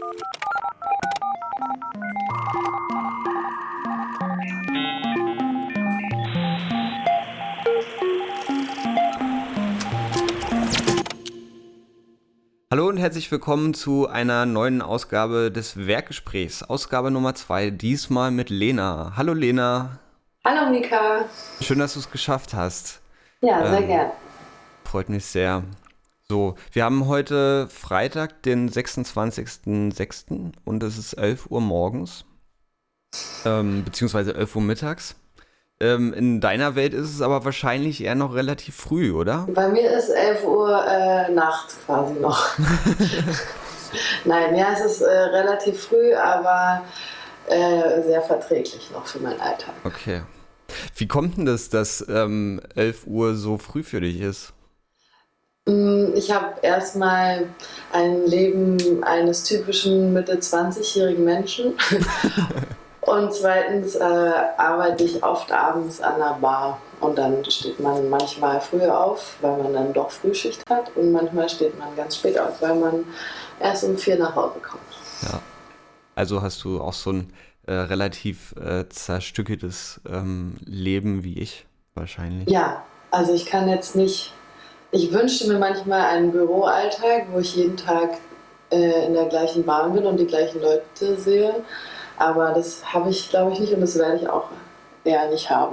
Hallo und herzlich willkommen zu einer neuen Ausgabe des Werkgesprächs. Ausgabe Nummer 2, diesmal mit Lena. Hallo Lena. Hallo Mika. Schön, dass du es geschafft hast. Ja, sehr gern. Freut mich sehr. So, wir haben heute Freitag, den 26.06. und es ist 11 Uhr morgens, beziehungsweise 11 Uhr mittags. In deiner Welt ist es aber wahrscheinlich eher noch relativ früh, oder? Bei mir ist 11 Uhr nachts quasi noch. Nein, ja, es ist relativ früh, aber sehr verträglich noch für meinen Alltag. Okay. Wie kommt denn das, dass 11 Uhr so früh für dich ist? Ich habe erstmal ein Leben eines typischen Mitte-20-jährigen Menschen. Und zweitens arbeite ich oft abends an der Bar und dann steht man manchmal früher auf, weil man dann doch Frühschicht hat und manchmal steht man ganz spät auf, weil man erst um 4 nach Hause kommt. Ja, also hast du auch so ein relativ zerstückeltes Leben wie ich wahrscheinlich. Ja, also ich kann jetzt nicht, ich wünschte mir manchmal einen Büroalltag, wo ich jeden Tag in der gleichen Bahn bin und die gleichen Leute sehe. Aber das habe ich, glaube ich, nicht und das werde ich auch eher nicht haben.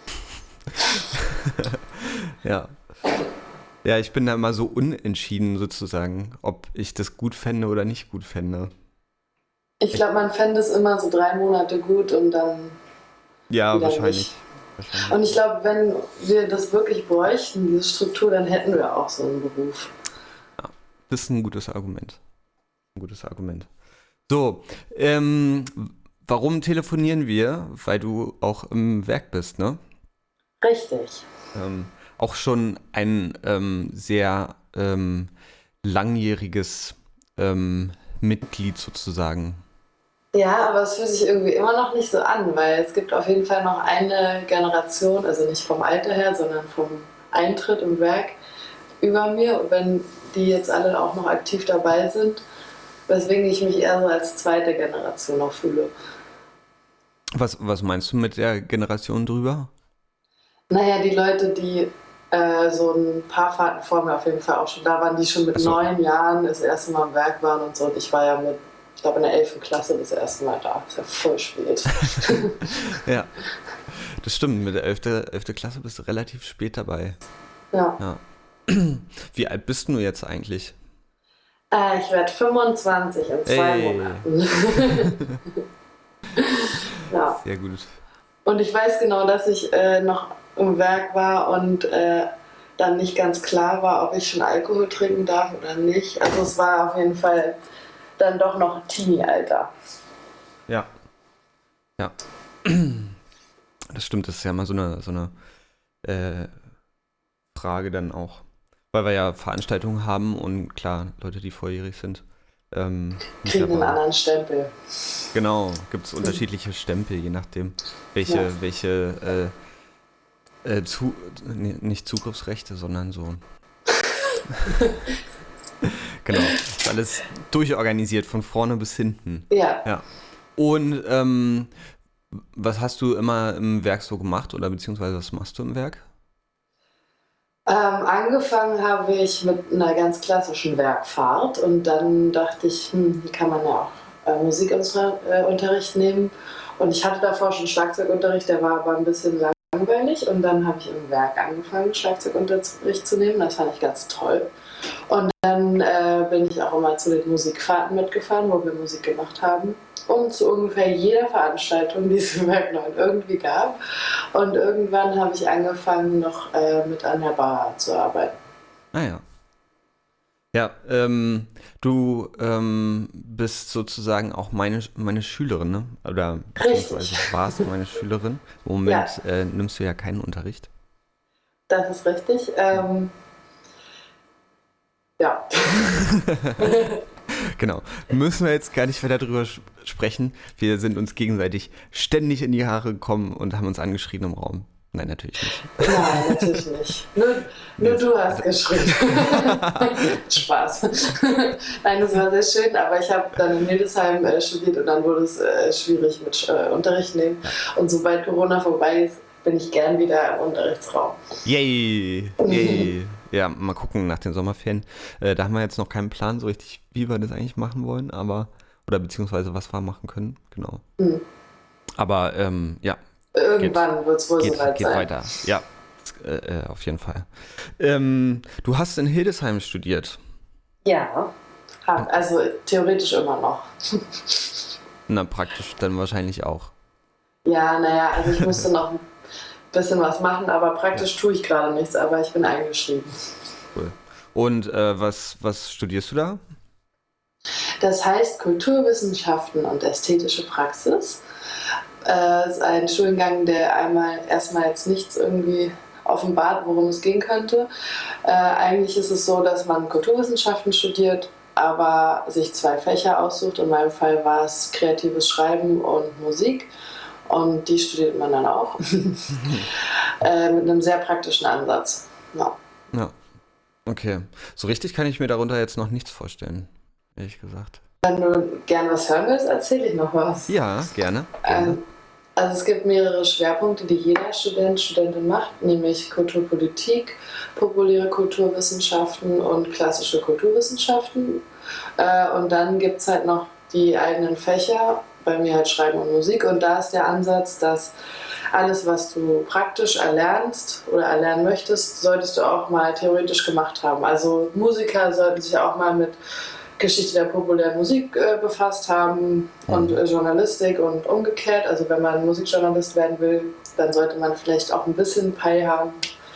Ja. Ja, ich bin da immer so unentschieden sozusagen, ob ich das gut fände oder nicht gut fände. Ich glaube, man fände es immer so 3 Monate gut und dann Ja, wieder wahrscheinlich. nicht. Und ich glaube, wenn wir das wirklich bräuchten, diese Struktur, dann hätten wir auch so einen Beruf. Ja, das ist ein gutes Argument. Ein gutes Argument. So, warum telefonieren wir? Weil du auch im Werk bist, ne? Richtig. Auch schon ein sehr langjähriges Mitglied sozusagen. Ja, aber es fühlt sich irgendwie immer noch nicht so an, weil es gibt auf jeden Fall noch eine Generation, also nicht vom Alter her, sondern vom Eintritt im Werk über mir. Und wenn die jetzt alle auch noch aktiv dabei sind, weswegen ich mich eher so als zweite Generation noch fühle. Was meinst du mit der Generation drüber? Naja, die Leute, die so ein paar Fahrten vor mir auf jeden Fall auch schon da waren, die schon mit Ach so. 9 Jahren das erste Mal im Werk waren und so. Und ich war ja mit, ich glaube in der 11. Klasse das erste Mal da. Das ist ja voll spät. Ja, das stimmt. Mit der 11. Klasse bist du relativ spät dabei. Ja. Ja. Wie alt bist du jetzt eigentlich? Ich werde 25 in 2 Monaten. Ja. Sehr gut. Und ich weiß genau, dass ich noch im Werk war und dann nicht ganz klar war, ob ich schon Alkohol trinken darf oder nicht. Also es war auf jeden Fall dann doch noch Teenie-Alter. Ja. Ja. Das stimmt, das ist ja mal so eine Frage dann auch. Weil wir ja Veranstaltungen haben und klar, Leute, die volljährig sind, Kriegen einen anderen Stempel. Genau, gibt es unterschiedliche Stempel, je nachdem, welche nicht Zugriffsrechte, sondern so. Genau, ist alles durchorganisiert, von vorne bis hinten. Ja. Ja. Und was hast du immer im Werk so gemacht oder beziehungsweise was machst du im Werk? Angefangen habe ich mit einer ganz klassischen Werkfahrt und dann dachte ich, hier kann man ja auch Musikunterricht nehmen. Und ich hatte davor schon Schlagzeugunterricht, der war aber ein bisschen langweilig und dann habe ich im Werk angefangen, Schlagzeugunterricht zu nehmen. Das fand ich ganz toll. Und dann bin ich auch immer zu den Musikfahrten mitgefahren, wo wir Musik gemacht haben. Und zu ungefähr jeder Veranstaltung, die es im Werk 9 irgendwie gab. Und irgendwann habe ich angefangen, noch mit an der Bar zu arbeiten. Ah ja. Ja, du bist sozusagen auch meine Schülerin, ne? Oder beziehungsweise warst meine Schülerin. Im Moment nimmst du ja keinen Unterricht. Das ist richtig. Ja. Genau. Müssen wir jetzt gar nicht weiter drüber sprechen. Wir sind uns gegenseitig ständig in die Haare gekommen und haben uns angeschrien im Raum. Nein, natürlich nicht. Nein, natürlich nicht. Nur du hast geschrieben. Spaß. Nein, das war sehr schön, aber ich habe dann in Hildesheim studiert und dann wurde es schwierig mit Unterricht nehmen. Und sobald Corona vorbei ist, bin ich gern wieder im Unterrichtsraum. Yay! Yay! Ja, mal gucken nach den Sommerferien. Da haben wir jetzt noch keinen Plan so richtig, wie wir das eigentlich machen wollen, aber, oder beziehungsweise was wir machen können, genau. Aber, ja. Irgendwann wird es wohl soweit sein. Geht weiter, ja, auf jeden Fall. Du hast in Hildesheim studiert. Ja, also theoretisch immer noch. Na, praktisch dann wahrscheinlich auch. Ja, naja, also ich musste noch ein bisschen was machen, aber praktisch tue ich gerade nichts, aber ich bin eingeschrieben. Cool. Und was studierst du da? Das heißt Kulturwissenschaften und ästhetische Praxis. Ist ein Studiengang, der erstmal jetzt nichts irgendwie offenbart, worum es gehen könnte. Eigentlich ist es so, dass man Kulturwissenschaften studiert, aber sich 2 Fächer aussucht. In meinem Fall war es kreatives Schreiben und Musik. Und die studiert man dann auch. Mit einem sehr praktischen Ansatz. Ja, okay. So richtig kann ich mir darunter jetzt noch nichts vorstellen, ehrlich gesagt. Wenn du gern was hören willst, erzähle ich noch was. Ja, gerne. Also es gibt mehrere Schwerpunkte, die jeder Student, Studentin macht, nämlich Kulturpolitik, populäre Kulturwissenschaften und klassische Kulturwissenschaften. Und dann gibt es halt noch die eigenen Fächer, bei mir halt Schreiben und Musik. Und da ist der Ansatz, dass alles, was du praktisch erlernst oder erlernen möchtest, solltest du auch mal theoretisch gemacht haben. Also Musiker sollten sich auch mal mit Geschichte der populären Musik befasst haben und Journalistik und umgekehrt. Also wenn man Musikjournalist werden will, dann sollte man vielleicht auch ein bisschen Peil haben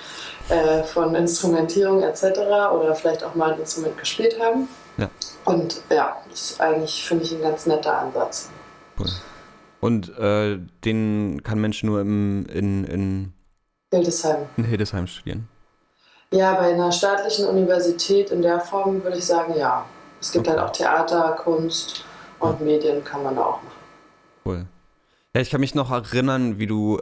von Instrumentierung etc. oder vielleicht auch mal ein Instrument gespielt haben. Ja. Und ja, das ist eigentlich, finde ich, ein ganz netter Ansatz. Cool. Und den kann Mensch nur in Hildesheim. In Hildesheim studieren? Ja, bei einer staatlichen Universität in der Form würde ich sagen, ja. Es gibt halt auch Theater, Kunst und Medien kann man da auch machen. Cool. Ja, ich kann mich noch erinnern, wie du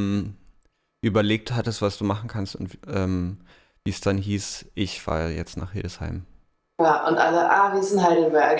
überlegt hattest, was du machen kannst und wie es dann hieß, ich fahre jetzt nach Hildesheim. Ja, und alle, wir sind Heidelberg.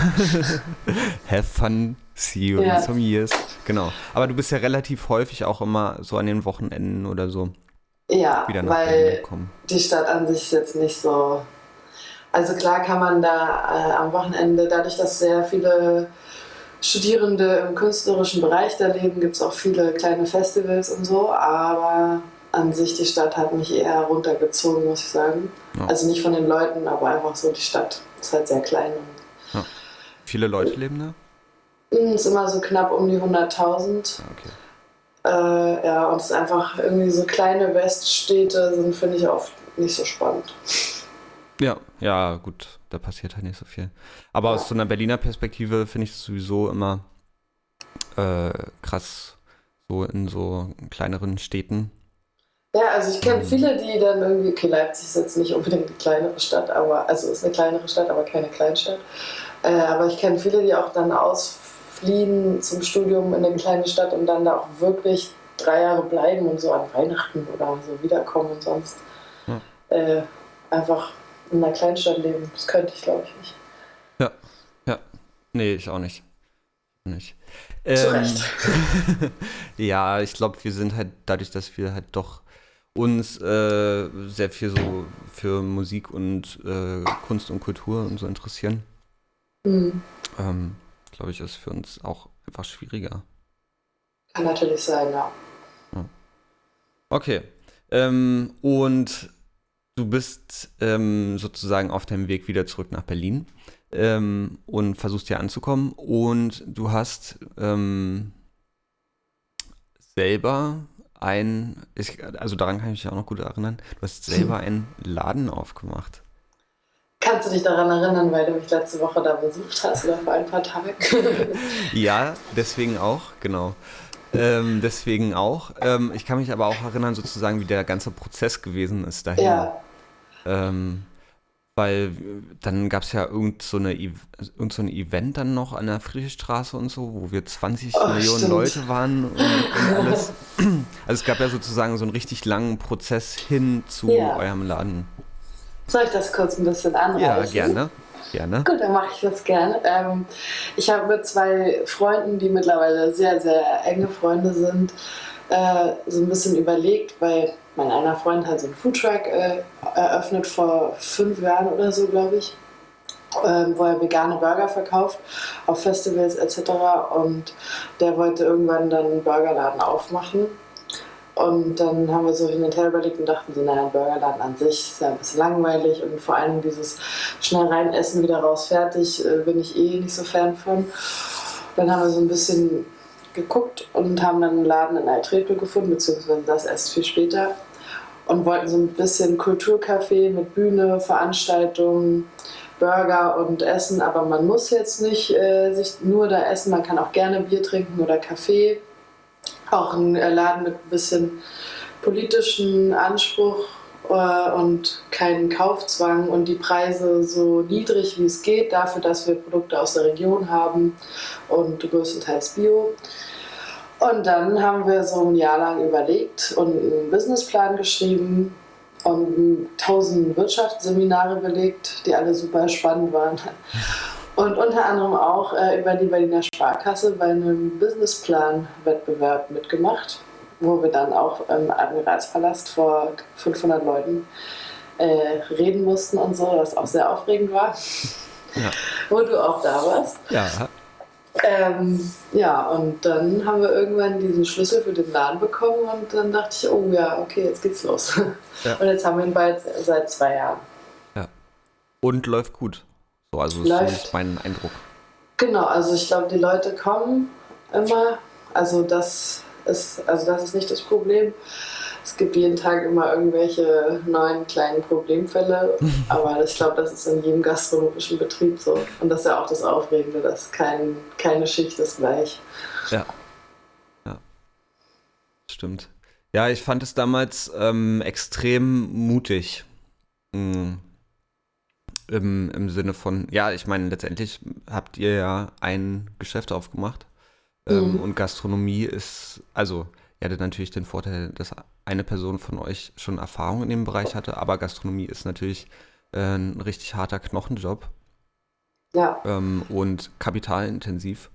Have fun, see you in some years. Genau. Aber du bist ja relativ häufig auch immer so an den Wochenenden oder so wieder nach Berlin gekommen. Die Stadt an sich ist jetzt nicht so. Also klar kann man da am Wochenende, dadurch, dass sehr viele Studierende im künstlerischen Bereich da leben, gibt es auch viele kleine Festivals und so, aber an sich die Stadt hat mich eher runtergezogen, muss ich sagen. Ja. Also nicht von den Leuten, aber einfach so die Stadt ist halt sehr klein. Ja. Viele Leute leben da? Ist immer so knapp um die 100.000. Okay. Ja, und es ist einfach irgendwie so kleine Weststädte sind, finde ich, oft nicht so spannend. Ja, gut, da passiert halt nicht so viel. Aber aus so einer Berliner Perspektive finde ich es sowieso immer krass, so in so kleineren Städten. Ja, also ich kenne viele, die dann irgendwie, okay, Leipzig ist jetzt nicht unbedingt eine kleinere Stadt, also ist eine kleinere Stadt, aber keine Kleinstadt. Aber ich kenne viele, die auch dann ausfliehen zum Studium in eine kleine Stadt und dann da auch wirklich 3 Jahre bleiben und so an Weihnachten oder so wiederkommen und sonst einfach in einer Kleinstadt leben. Das könnte ich, glaube ich, nicht. Ja. Nee, ich auch nicht. Zu Recht. Ja, ich glaube, wir sind halt dadurch, dass wir halt doch uns sehr viel so für Musik und Kunst und Kultur und so interessieren. Glaube ich, ist für uns auch einfach schwieriger. Kann natürlich sein, ja. Okay. Und du bist sozusagen auf deinem Weg wieder zurück nach Berlin und versuchst hier anzukommen. Und du hast selber also daran kann ich mich auch noch gut erinnern, du hast selber einen Laden aufgemacht. Kannst du dich daran erinnern, weil du mich letzte Woche da besucht hast oder vor ein paar Tagen? Ja, deswegen auch, genau. Deswegen auch. Ich kann mich aber auch erinnern, sozusagen, wie der ganze Prozess gewesen ist dahin. Ja. Weil dann gab es ja irgend so ein Event dann noch an der Friedrichstraße und so, wo wir 20 Oh, Millionen stimmt. Leute waren und alles. Also es gab ja sozusagen so einen richtig langen Prozess hin zu Ja, eurem Laden. soll ich das kurz ein bisschen Ja, anreißen? gerne. Gerne. Gut, dann mache ich das gerne. Ich habe mit zwei Freunden, die mittlerweile sehr, sehr enge Freunde sind, so ein bisschen überlegt, weil mein einer Freund hat so einen Foodtruck eröffnet vor 5 Jahren oder so, glaube ich, wo er vegane Burger verkauft auf Festivals etc. Und der wollte irgendwann dann einen Burgerladen aufmachen. Und dann haben wir so hin und her überlegt und dachten so, naja, ein Burgerladen an sich ist ja ein bisschen langweilig und vor allem dieses schnell rein essen, wieder raus, fertig, bin ich eh nicht so Fan von. Dann haben wir so ein bisschen geguckt und haben dann einen Laden in Altrepel gefunden, beziehungsweise das erst viel später. Und wollten so ein bisschen Kulturcafé mit Bühne, Veranstaltungen, Burger und Essen, aber man muss jetzt nicht sich nur da essen, man kann auch gerne Bier trinken oder Kaffee. Auch ein Laden mit ein bisschen politischen Anspruch und keinen Kaufzwang und die Preise so niedrig wie es geht, dafür, dass wir Produkte aus der Region haben und größtenteils Bio. Und dann haben wir so ein Jahr lang überlegt und einen Businessplan geschrieben und 1000 Wirtschaftsseminare belegt, die alle super spannend waren. Und unter anderem auch über die Berliner Sparkasse bei einem Businessplan-Wettbewerb mitgemacht, wo wir dann auch im Admiralspalast vor 500 Leuten reden mussten und so, was auch sehr aufregend war, Ja. wo du auch da warst. Ja. Ja, und dann haben wir irgendwann diesen Schlüssel für den Laden bekommen und dann dachte ich, oh ja, okay, jetzt geht's los. Ja. Und jetzt haben wir ihn bald seit 2 Jahren. Ja. Und läuft gut. So, also ist zumindest Läuft. mein Eindruck. Genau, also ich glaube, die Leute kommen immer. Also das ist nicht das Problem. Es gibt jeden Tag immer irgendwelche neuen kleinen Problemfälle, aber ich glaube, das ist in jedem gastronomischen Betrieb so. Und das ist ja auch das Aufregende, dass keine Schicht ist gleich. Ja. Ja, stimmt. Ja, ich fand es damals extrem mutig. Mm, im Sinne von, ja, ich meine, letztendlich habt ihr ja ein Geschäft aufgemacht. Mhm. Und Gastronomie ist, also, ihr hattet natürlich den Vorteil, dass eine Person von euch schon Erfahrung in dem Bereich hatte, aber Gastronomie ist natürlich ein richtig harter Knochenjob Ja, und kapitalintensiv.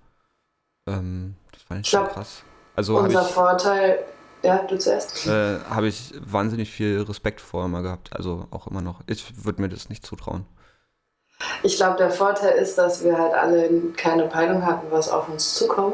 Das fand ich ich schon glaube, krass. Also unser Vorteil, ja, du zuerst. habe ich wahnsinnig viel Respekt vor immer gehabt, also auch immer noch. Ich würde mir das nicht zutrauen. Ich glaube, der Vorteil ist, dass wir halt alle keine Peilung hatten, was auf uns zukommt.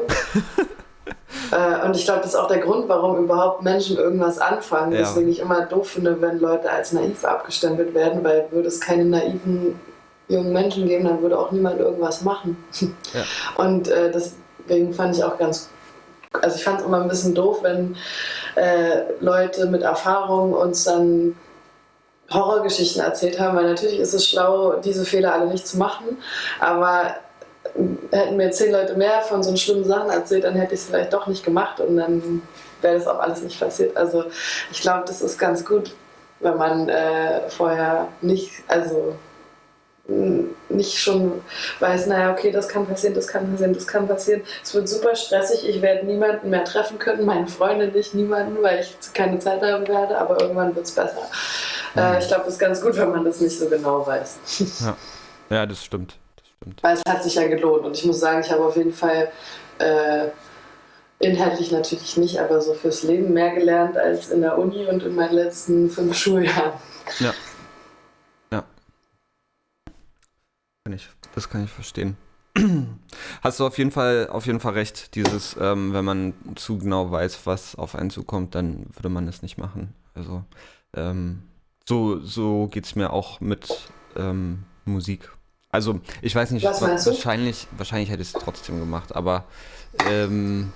Und ich glaube, das ist auch der Grund, warum überhaupt Menschen irgendwas anfangen. Ja, Deswegen ich immer doof finde, wenn Leute als naiv abgestempelt werden, weil würde es keine naiven jungen Menschen geben, dann würde auch niemand irgendwas machen. ja, Und deswegen fand ich auch also ich fand es immer ein bisschen doof, wenn Leute mit Erfahrung uns dann Horrorgeschichten erzählt haben, weil natürlich ist es schlau, diese Fehler alle nicht zu machen, aber hätten mir 10 Leute mehr von so schlimmen Sachen erzählt, dann hätte ich es vielleicht doch nicht gemacht und dann wäre das auch alles nicht passiert. Also ich glaube, das ist ganz gut, wenn man vorher nicht schon weiß, naja, okay, das kann passieren, das kann passieren, das kann passieren. Es wird super stressig, ich werde niemanden mehr treffen können, meine Freunde nicht, niemanden, weil ich keine Zeit haben werde, aber irgendwann wird es besser. Ich glaube, das ist ganz gut, wenn man das nicht so genau weiß. ja. Ja, das stimmt. Das stimmt. Weil es hat sich ja gelohnt und ich muss sagen, ich habe auf jeden Fall inhaltlich natürlich nicht, aber so fürs Leben mehr gelernt als in der Uni und in meinen letzten 5 Schuljahren. Ja, ja, das kann ich verstehen. Hast du auf jeden Fall recht, wenn man zu genau weiß, was auf einen zukommt, dann würde man es nicht machen. Also, so geht es mir auch mit Musik. Also, ich weiß nicht, Was meinst du? wahrscheinlich hätte ich es trotzdem gemacht, aber ähm,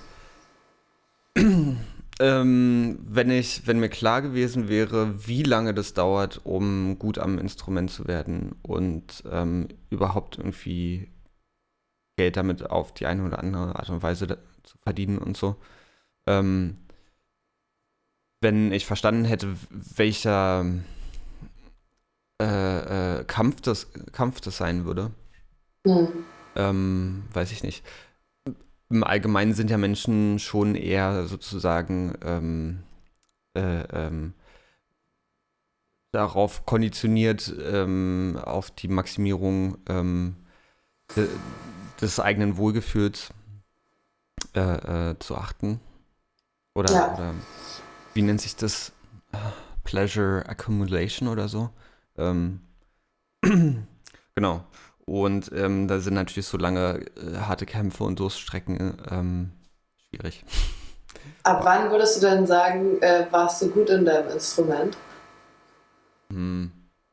wenn mir klar gewesen wäre, wie lange das dauert, um gut am Instrument zu werden und überhaupt irgendwie Geld damit auf die eine oder andere Art und Weise zu verdienen und so. Ähm, Wenn ich verstanden hätte, Kampf das sein würde. Hm. Weiß ich nicht. Im Allgemeinen sind ja Menschen schon eher sozusagen darauf konditioniert, auf die Maximierung de, des eigenen Wohlgefühls zu achten. Ja, Oder wie nennt sich das? Pleasure Accumulation oder so. Ähm, genau. Und da sind natürlich so lange harte Kämpfe und Durststrecken schwierig. ab wann würdest du denn sagen, warst du gut in deinem Instrument? Hm.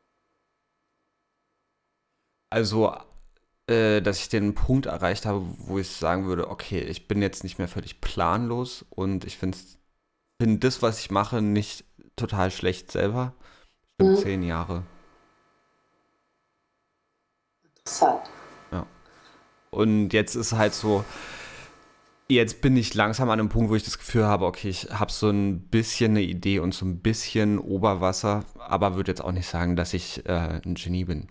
Also, dass ich den Punkt erreicht habe, wo ich sagen würde, okay, ich bin jetzt nicht mehr völlig planlos und ich find das, was ich mache, nicht total schlecht selber. Bestimmt Hm. 10 Jahre. Interessant. Ja. Und jetzt ist halt so, jetzt bin ich langsam an einem Punkt, wo ich das Gefühl habe, okay, ich habe so ein bisschen eine Idee und so ein bisschen Oberwasser, aber würde jetzt auch nicht sagen, dass ich ein Genie bin.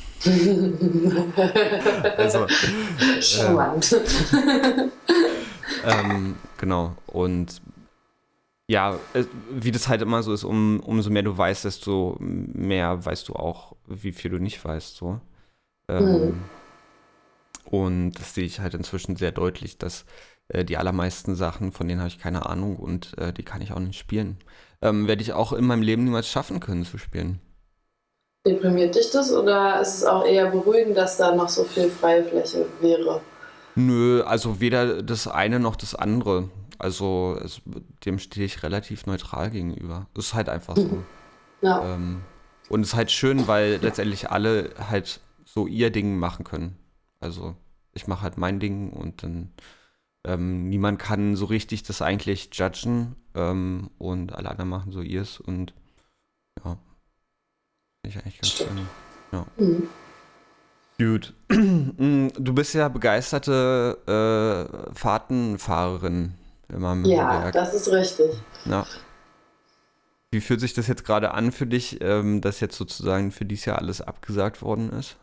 Also, Charmant. genau. Und ja, wie das halt immer so ist, umso mehr du weißt, desto mehr weißt du auch, wie viel du nicht weißt. So. Hm. Ähm, und das sehe ich halt inzwischen sehr deutlich, dass die allermeisten Sachen, von denen habe ich keine Ahnung und die kann ich auch nicht spielen. Werde ich auch in meinem Leben niemals schaffen können zu spielen. Deprimiert dich das oder ist es auch eher beruhigend, dass da noch so viel freie Fläche wäre? Nö, also weder das eine noch das andere. Also dem stehe ich relativ neutral gegenüber. Das ist halt einfach so. Ja, Ähm, und es ist halt schön, weil letztendlich alle halt so ihr Ding machen können. Also ich mache halt mein Ding und dann niemand kann so richtig das eigentlich judgen und alle anderen machen so ihrs und ja, finde ich eigentlich ganz stimmt. schön. Ja. Mhm. Gut. Du bist ja begeisterte Fahrtenfahrerin in meinem Ja, Werk. das ist richtig. Ja. Wie fühlt sich das jetzt gerade an für dich, dass jetzt sozusagen für dieses Jahr alles abgesagt worden ist?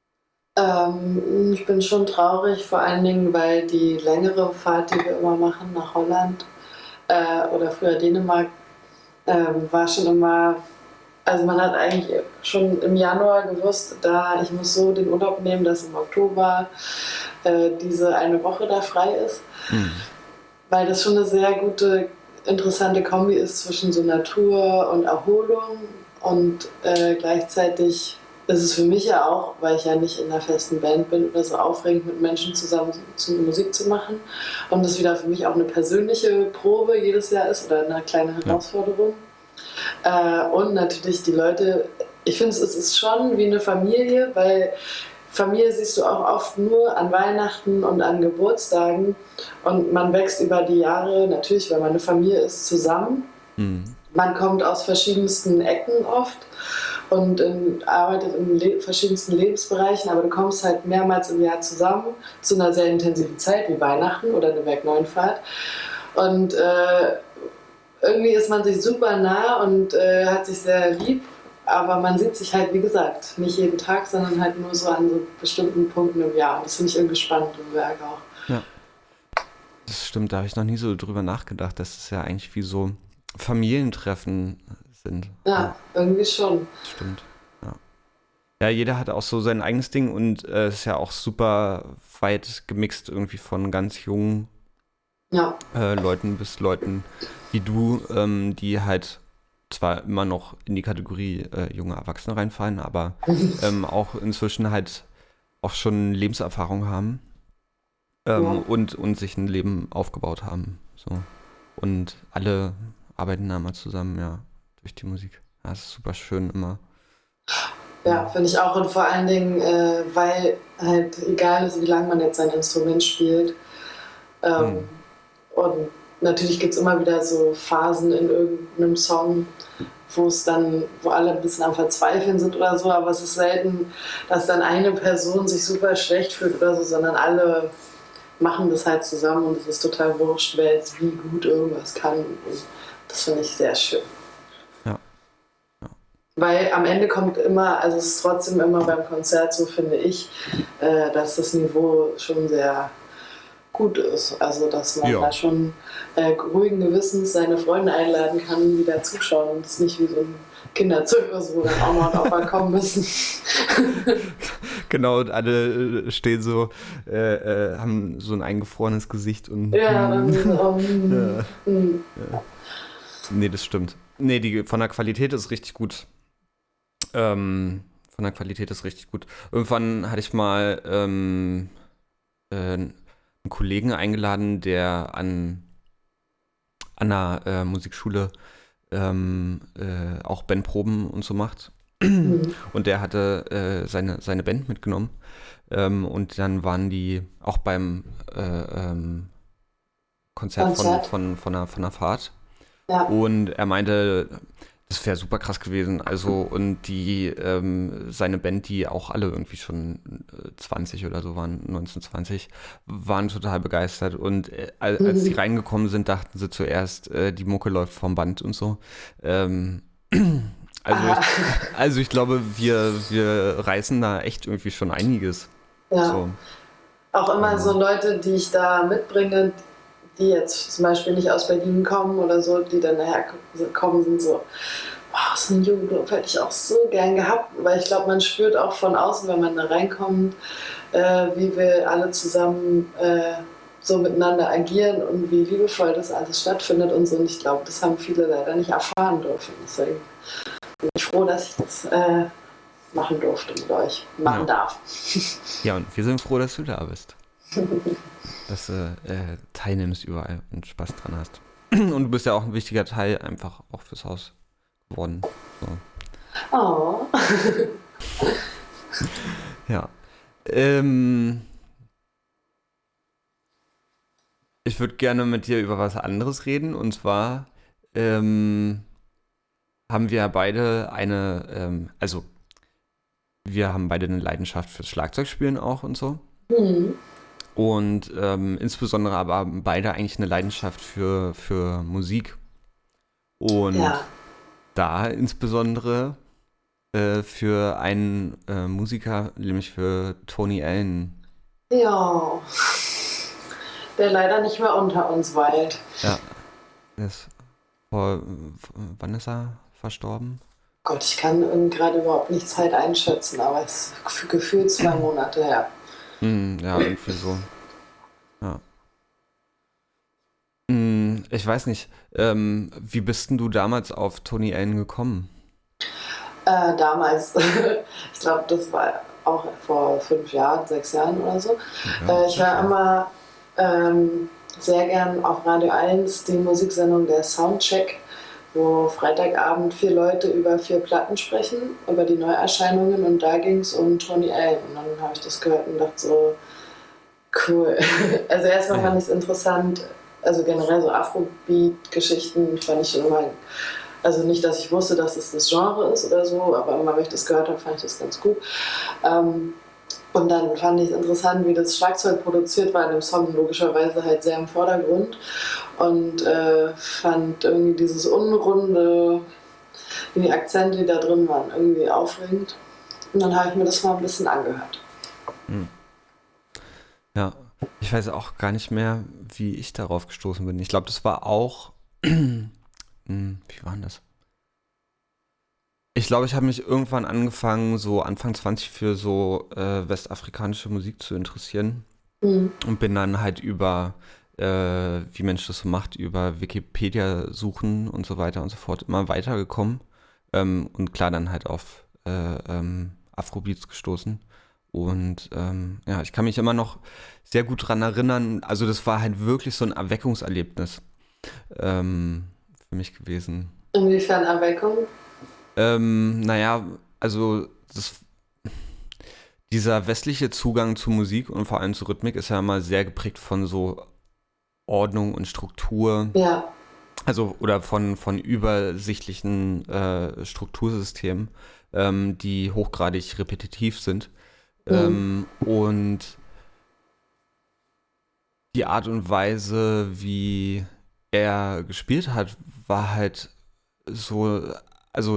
Ich bin schon traurig, vor allen Dingen, weil die längere Fahrt, die wir immer machen nach Holland oder früher Dänemark, war schon immer, also man hat eigentlich schon im Januar gewusst, ich muss so den Urlaub nehmen, dass im Oktober diese eine Woche da frei ist, Hm. weil das schon eine sehr gute, interessante Kombi ist zwischen so Natur und Erholung und gleichzeitig ist es für mich ja auch, weil ich ja nicht in einer festen Band bin oder so aufregend mit Menschen zusammen Musik zu machen und das wieder für mich auch eine persönliche Probe jedes Jahr ist oder eine kleine Ja. Herausforderung. Und natürlich die Leute, ich finde, es ist schon wie eine Familie, weil Familie siehst du auch oft nur an Weihnachten und an Geburtstagen und man wächst über die Jahre, natürlich, weil man eine Familie ist, zusammen. Hm. Man kommt aus verschiedensten Ecken oft und arbeitet in verschiedensten Lebensbereichen, aber du kommst halt mehrmals im Jahr zusammen zu einer sehr intensiven Zeit wie Weihnachten oder eine Bergneunfahrt. Und irgendwie ist man sich super nah und hat sich sehr lieb, aber man sieht sich halt, wie gesagt, nicht jeden Tag, sondern halt nur so an so bestimmten Punkten im Jahr. Und das finde ich irgendwie spannend im Werk auch. Ja, das stimmt, da habe ich noch nie so drüber nachgedacht, dass es ja eigentlich wie so Familientreffen sind. Ja, Ja, irgendwie schon. stimmt. Ja. Ja, jeder hat auch so sein eigenes Ding und es ist ja auch super weit gemixt irgendwie von ganz jungen Ja, Leuten bis Leuten wie du, die halt zwar immer noch in die Kategorie junge Erwachsene reinfallen, aber auch inzwischen halt auch schon Lebenserfahrung haben ja, und sich ein Leben aufgebaut haben. So. Und alle arbeiten da mal zusammen, ja, durch die Musik. Ja, das ist super schön immer. ja, finde ich auch. Und vor allen Dingen, weil halt egal ist, wie lange man jetzt sein Instrument spielt. Ähm, Hm. und natürlich gibt es immer wieder so Phasen in irgendeinem Song, wo alle ein bisschen am Verzweifeln sind oder so, aber es ist selten, dass dann eine Person sich super schlecht fühlt oder so, sondern alle machen das halt zusammen und es ist total wurscht, wer jetzt wie gut irgendwas kann. Und das finde ich sehr schön. Ja, ja. Weil am Ende kommt immer, also es ist trotzdem immer beim Konzert so, finde ich, dass das Niveau schon sehr gut ist. Also dass man Ja, da schon ruhigen Gewissens seine Freunde einladen kann, die da zuschauen. Und es ist nicht wie so ein Kinderzirkus, wo dann auch noch und Opa kommen müssen. genau, und alle stehen so, haben so ein eingefrorenes Gesicht und Ja, dann ja, nee, das stimmt. Nee, die von der Qualität ist richtig gut. Von der Qualität ist richtig gut. Irgendwann hatte ich mal einen Kollegen eingeladen, der an einer Musikschule auch Bandproben und so macht. Und der hatte seine Band mitgenommen. Und dann waren die auch beim Konzert Konzert. von der Fahrt. Ja. Und er meinte, das wäre super krass gewesen. Also, und seine Band, die auch alle irgendwie schon 20 oder so waren, 1920, waren total begeistert. Und als die reingekommen sind, dachten sie zuerst, die Mucke läuft vom Band und so. Ähm, also, ich, Aha. also ich glaube, wir reißen da echt irgendwie schon einiges. Ja. So. Auch immer so Ähm, Leute, die ich da mitbringe, die jetzt zum Beispiel nicht aus Berlin kommen oder so, die dann nachher kommen, sind so, wow, so ein Jugendclub hätte ich auch so gern gehabt, weil ich glaube, man spürt auch von außen, wenn man da reinkommt, wie wir alle zusammen so miteinander agieren und wie liebevoll das alles stattfindet und so. Und ich glaube, das haben viele leider nicht erfahren dürfen. Deswegen bin ich froh, dass ich das machen durfte mit euch, machen ja. darf. Ja, und wir sind froh, dass du da bist. Dass du teilnimmst überall und Spaß dran hast. Und du bist ja auch ein wichtiger Teil einfach auch fürs Haus geworden. So. Oh. Ja. Ähm, Ich würde gerne mit dir über was anderes reden. Und zwar haben wir beide also wir haben beide eine Leidenschaft fürs Schlagzeugspielen auch und so. Hm. Und insbesondere aber haben beide eigentlich eine Leidenschaft für Musik. Und Ja. da insbesondere für einen Musiker, nämlich für Tony Allen. Ja. Der leider nicht mehr unter uns weilt. Ja, der ist wann ist er verstorben? Gott, ich kann gerade überhaupt nicht Zeit einschätzen, aber es ist gefühlt 2 Monate her. Ja, irgendwie so. Ja. Ich weiß nicht, wie bist denn du damals auf Tony Allen gekommen? Damals, ich glaube, das war auch vor 5 Jahren, 6 Jahren oder so. Ja, Ich höre immer sehr gern auf Radio 1 die Musiksendung der Soundcheck, wo Freitagabend 4 Leute über 4 Platten sprechen, über die Neuerscheinungen und da ging es um Tony Allen. Und dann habe ich das gehört und dachte so, cool. Also erstmal ja. fand ich es interessant, also generell so Afrobeat-Geschichten fand ich schon immer, also nicht, dass ich wusste, dass es das Genre ist oder so, aber immer, wenn ich das gehört habe, fand ich das ganz gut. Und dann fand ich es interessant, wie das Schlagzeug produziert war in dem Song, logischerweise halt sehr im Vordergrund. Und fand irgendwie dieses Unrunde, die Akzente, die da drin waren, irgendwie aufregend. Und dann habe ich mir das mal ein bisschen angehört. Hm. Ja, ich weiß auch gar nicht mehr, wie ich darauf gestoßen bin. Ich glaube, das war auch, wie war denn das? Ich glaube, ich habe mich irgendwann angefangen, so Anfang 20 für so westafrikanische Musik zu interessieren Mhm. und bin dann halt wie Mensch das so macht, über Wikipedia suchen und so weiter und so fort immer weitergekommen und klar dann halt auf Afrobeats gestoßen. Und ja, ich kann mich immer noch sehr gut dran erinnern. Also das war halt wirklich so ein Erweckungserlebnis für mich gewesen. Inwiefern Erweckung? Naja, also dieser westliche Zugang zu Musik und vor allem zu Rhythmik ist ja immer sehr geprägt von so Ordnung und Struktur. Ja. Also oder von übersichtlichen Struktursystemen, die hochgradig repetitiv sind. Mhm. Und die Art und Weise, wie er gespielt hat, war halt so also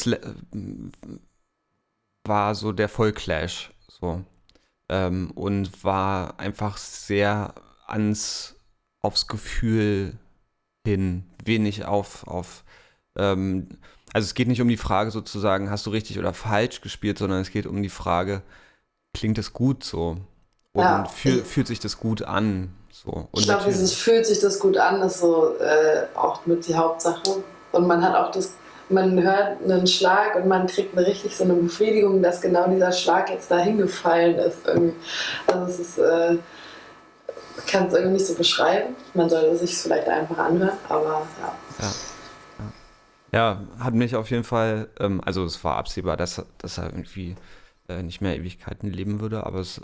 war so der Vollclash, so. Und war einfach sehr aufs Gefühl hin, wenig ähm, also es geht nicht um die Frage sozusagen, hast du richtig oder falsch gespielt, sondern es geht um die Frage, klingt es gut so? Und fühlt sich das gut an? So. Ich glaube, dieses fühlt sich das gut an, ist so auch mit die Hauptsache. Und man hat auch man hört einen Schlag und man kriegt richtig so eine Befriedigung, dass genau dieser Schlag jetzt da hingefallen ist. Irgendwie. Also es ist, kann es irgendwie nicht so beschreiben. Man sollte es sich vielleicht einfach anhören, aber ja. Ja, hat mich auf jeden Fall, also es war absehbar, dass er irgendwie nicht mehr Ewigkeiten leben würde, aber es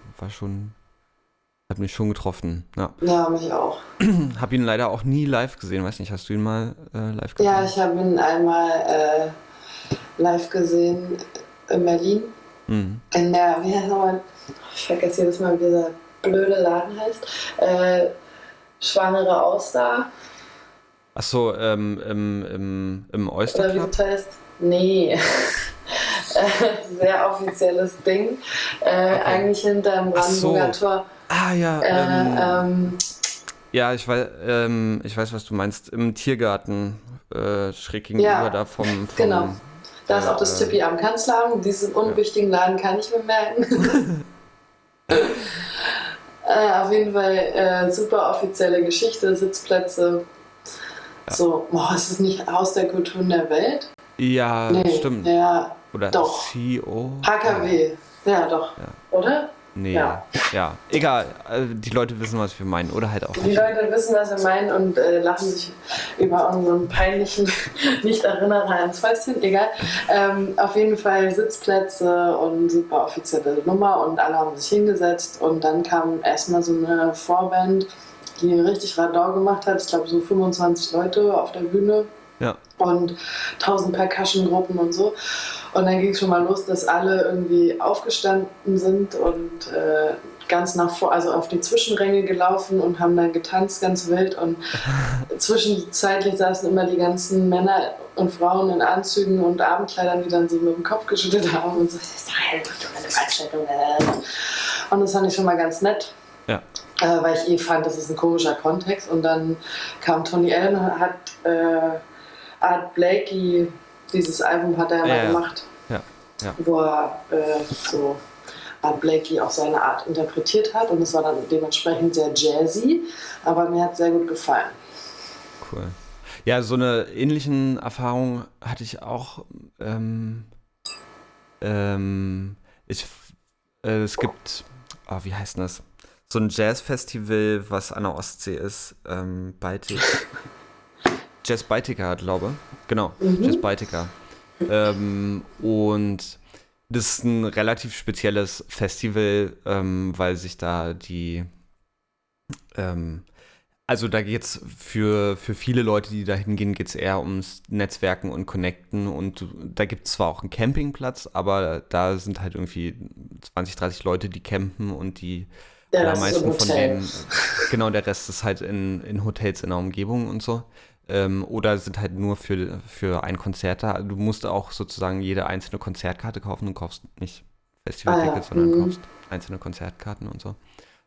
hat mich schon getroffen. Ja, mich auch. Hab ihn leider auch nie live gesehen, weiß nicht, hast du ihn mal live gesehen? Ja, ich habe ihn einmal live gesehen in Berlin. In der, wie heißt nochmal, ich vergesse jedes Mal, wie dieser blöde Laden heißt, Schwangere Auster. Achso, im Oyster Club? Oder wie das heißt? Nee. Sehr offizielles Ding. Okay. Eigentlich hinterm Brandenburger Tor. Ah ja. Ja, ich weiß, was du meinst. Im Tiergarten schräg gegenüber da vom genau. Da ist auch das Tippi am Kanzleramt. Diesen unwichtigen Laden kann ich mir merken. Auf jeden Fall super offizielle Geschichte, Sitzplätze. Ja. So, ist es nicht Haus der Kulturen der Welt? Ja, nee, stimmt. Ja, oder doch. CEO? HKW. Ja, doch. Ja. Oder? Nee, ja. Egal. Die Leute wissen, was wir meinen. Oder halt auch nicht. Die Leute wissen, was wir meinen und lachen sich über unseren peinlichen Nicht-Erinnerer ins Fäustchen. Egal. Auf jeden Fall Sitzplätze und super offizielle Nummer und alle haben sich hingesetzt und dann kam erstmal so eine Vorband, die richtig Radau gemacht hat. Ich glaube so 25 Leute auf der Bühne. Ja. Und 1000 Percussion-Gruppen und so. Und dann ging es schon mal los, dass alle irgendwie aufgestanden sind und ganz nach vor, also auf die Zwischenränge gelaufen und haben dann getanzt, ganz wild. Und zwischenzeitlich saßen immer die ganzen Männer und Frauen in Anzügen und Abendkleidern, die dann so mit dem Kopf geschüttelt haben und so, das ist eine Veranstaltung. Und das fand ich schon mal ganz nett. Ja. Weil ich fand, das ist ein komischer Kontext. Und dann kam Tony Allen und hat Art Blakey, dieses Album hat er mal gemacht, wo er so Art Blakey auf seine Art interpretiert hat und es war dann dementsprechend sehr jazzy, aber mir hat es sehr gut gefallen. Cool. Ja, so eine ähnlichen Erfahrung hatte ich auch. Es gibt, wie heißt denn das? So ein Jazzfestival, was an der Ostsee ist, Jazz Baltica, glaube ich. Genau, Jazz Baltica. Und das ist ein relativ spezielles Festival, weil sich da also da geht es für viele Leute, die da hingehen, geht es eher ums Netzwerken und Connecten und da gibt es zwar auch einen Campingplatz, aber da sind halt irgendwie 20, 30 Leute, die campen und die allermeisten von denen, genau, der Rest ist halt in Hotels in der Umgebung und so. Oder sind halt nur für ein Konzert da. Du musst auch sozusagen jede einzelne Konzertkarte kaufen. Du kaufst nicht Festivaltickets, sondern kaufst einzelne Konzertkarten und so.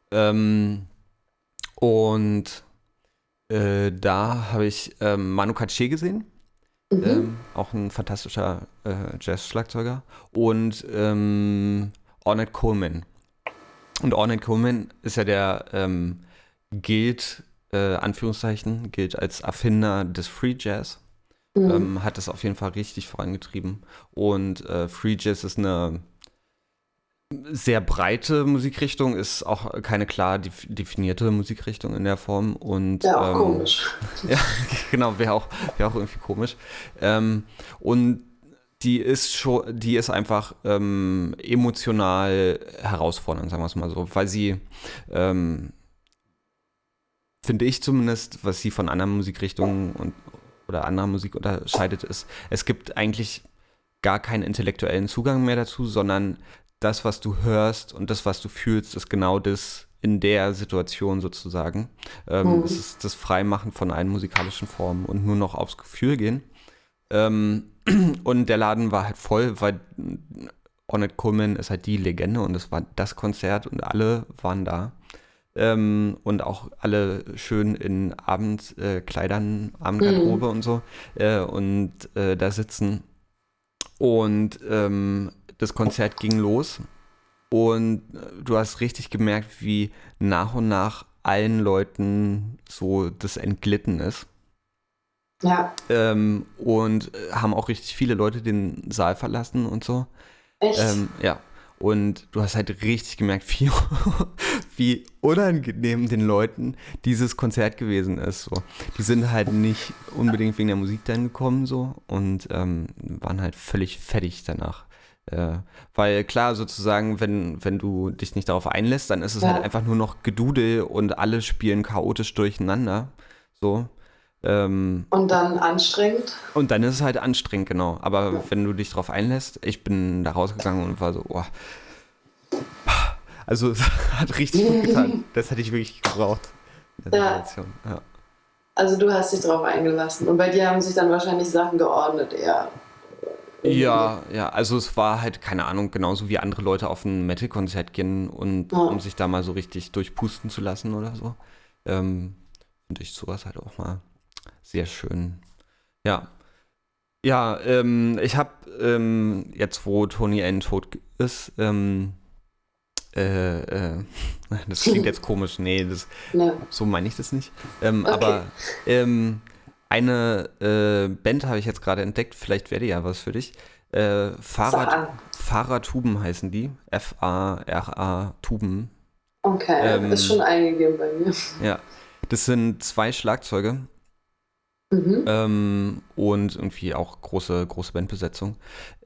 Da habe ich Manu Katché gesehen. Auch ein fantastischer Jazz-Schlagzeuger. Und Ornette Coleman. Und Ornette Coleman ist ja der gilt als Erfinder des Free Jazz. Hat das auf jeden Fall richtig vorangetrieben. Und Free Jazz ist eine sehr breite Musikrichtung, ist auch keine klar definierte Musikrichtung in der Form. Und, ja, auch komisch. Ja, genau, wäre auch irgendwie komisch. Und die ist einfach emotional herausfordernd, sagen wir es mal so, weil sie finde ich zumindest, was sie von anderen Musikrichtungen oder anderer Musik unterscheidet, ist, es gibt eigentlich gar keinen intellektuellen Zugang mehr dazu, sondern das, was du hörst und das, was du fühlst, ist genau das in der Situation sozusagen. Es ist das Freimachen von allen musikalischen Formen und nur noch aufs Gefühl gehen. Und der Laden war halt voll, weil Ornette Coleman ist halt die Legende und es war das Konzert und alle waren da. Und auch alle schön in Abendkleidern, Abendgarderobe und so und da sitzen. Und das Konzert ging los und du hast richtig gemerkt, wie nach und nach allen Leuten so das entglitten ist. Ja, Und haben auch richtig viele Leute den Saal verlassen und so. echt. Ja, und du hast halt richtig gemerkt, wie unangenehm den Leuten dieses Konzert gewesen ist. So. Die sind halt nicht unbedingt wegen der Musik dann gekommen so und waren halt völlig fertig danach. Weil klar, sozusagen, wenn du dich nicht darauf einlässt, dann ist es halt Ja. einfach nur noch Gedudel und alle spielen chaotisch durcheinander. So. Ähm, Und dann anstrengend. und dann ist es halt anstrengend, genau. Aber Ja. wenn du dich drauf einlässt, ich bin da rausgegangen und war so, oh. Also es hat richtig gut getan. Das hätte ich wirklich gebraucht. In der Ja. Situation. Ja. Also du hast dich drauf eingelassen. Und bei dir haben sich dann wahrscheinlich Sachen geordnet eher. Ja, ja, also es war halt, keine Ahnung, genauso wie andere Leute auf ein Metal-Konzert gehen und Ja. um sich da mal so richtig durchpusten zu lassen oder so. Finde ich sowas halt auch mal sehr schön. Ja. Ja, ich habe jetzt, wo Tony Allen tot ist, das klingt jetzt komisch, nee, Ne. so meine ich das nicht. Okay. Aber eine Band habe ich jetzt gerade entdeckt, vielleicht wäre die ja was für dich. Sag an. Fahrradtuben heißen die. Fara Tuben. Okay, ist schon eingegeben bei mir. Ja, das sind 2 Schlagzeuge und irgendwie auch große Bandbesetzung.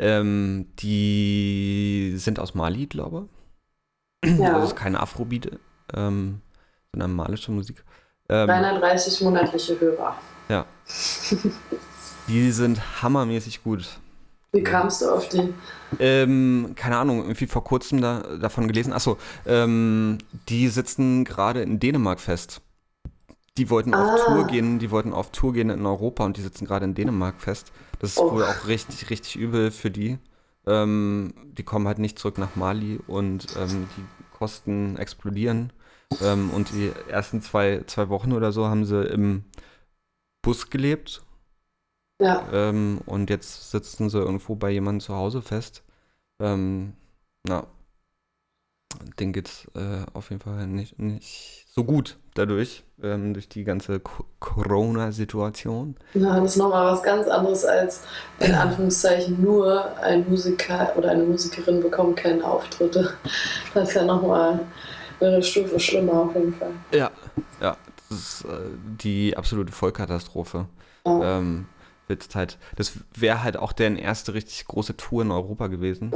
Die sind aus Mali, glaube ich. Ja. Das ist keine Afrobeat, sondern malische Musik. 330 monatliche Hörer. Ja. Die sind hammermäßig gut. Wie kamst du auf die? Keine Ahnung, irgendwie vor kurzem davon gelesen. Achso, die sitzen gerade in Dänemark fest. Die wollten auf Tour gehen, in Europa und die sitzen gerade in Dänemark fest. Das ist wohl auch richtig, richtig übel für die. Die kommen halt nicht zurück nach Mali und die Kosten explodieren. Und die ersten zwei Wochen oder so haben sie im Bus gelebt. Ja. Und jetzt sitzen sie irgendwo bei jemandem zu Hause fest. Na, denen geht's auf jeden Fall nicht so gut dadurch, durch die ganze Corona-Situation. Ja, das ist nochmal was ganz anderes als in Anführungszeichen nur ein Musiker oder eine Musikerin bekommt keine Auftritte. Das ist ja nochmal eine Stufe schlimmer auf jeden Fall. Ja, das ist die absolute Vollkatastrophe. Ja. Jetzt halt, das wäre halt auch deren erste richtig große Tour in Europa gewesen.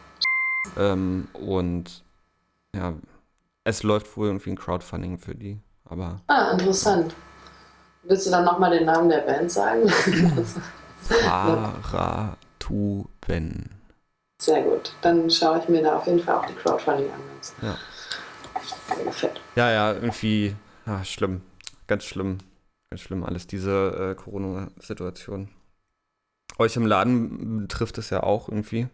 Und ja, es läuft wohl irgendwie ein Crowdfunding für die, aber Interessant. Willst du dann nochmal den Namen der Band sagen? Fahrradtuben. Sehr gut. Dann schaue ich mir da auf jeden Fall auch die Crowdfunding an. Ja. Mega fett. Ja, irgendwie, schlimm. Ganz schlimm alles, diese Corona-Situation. Euch im Laden betrifft es ja auch irgendwie.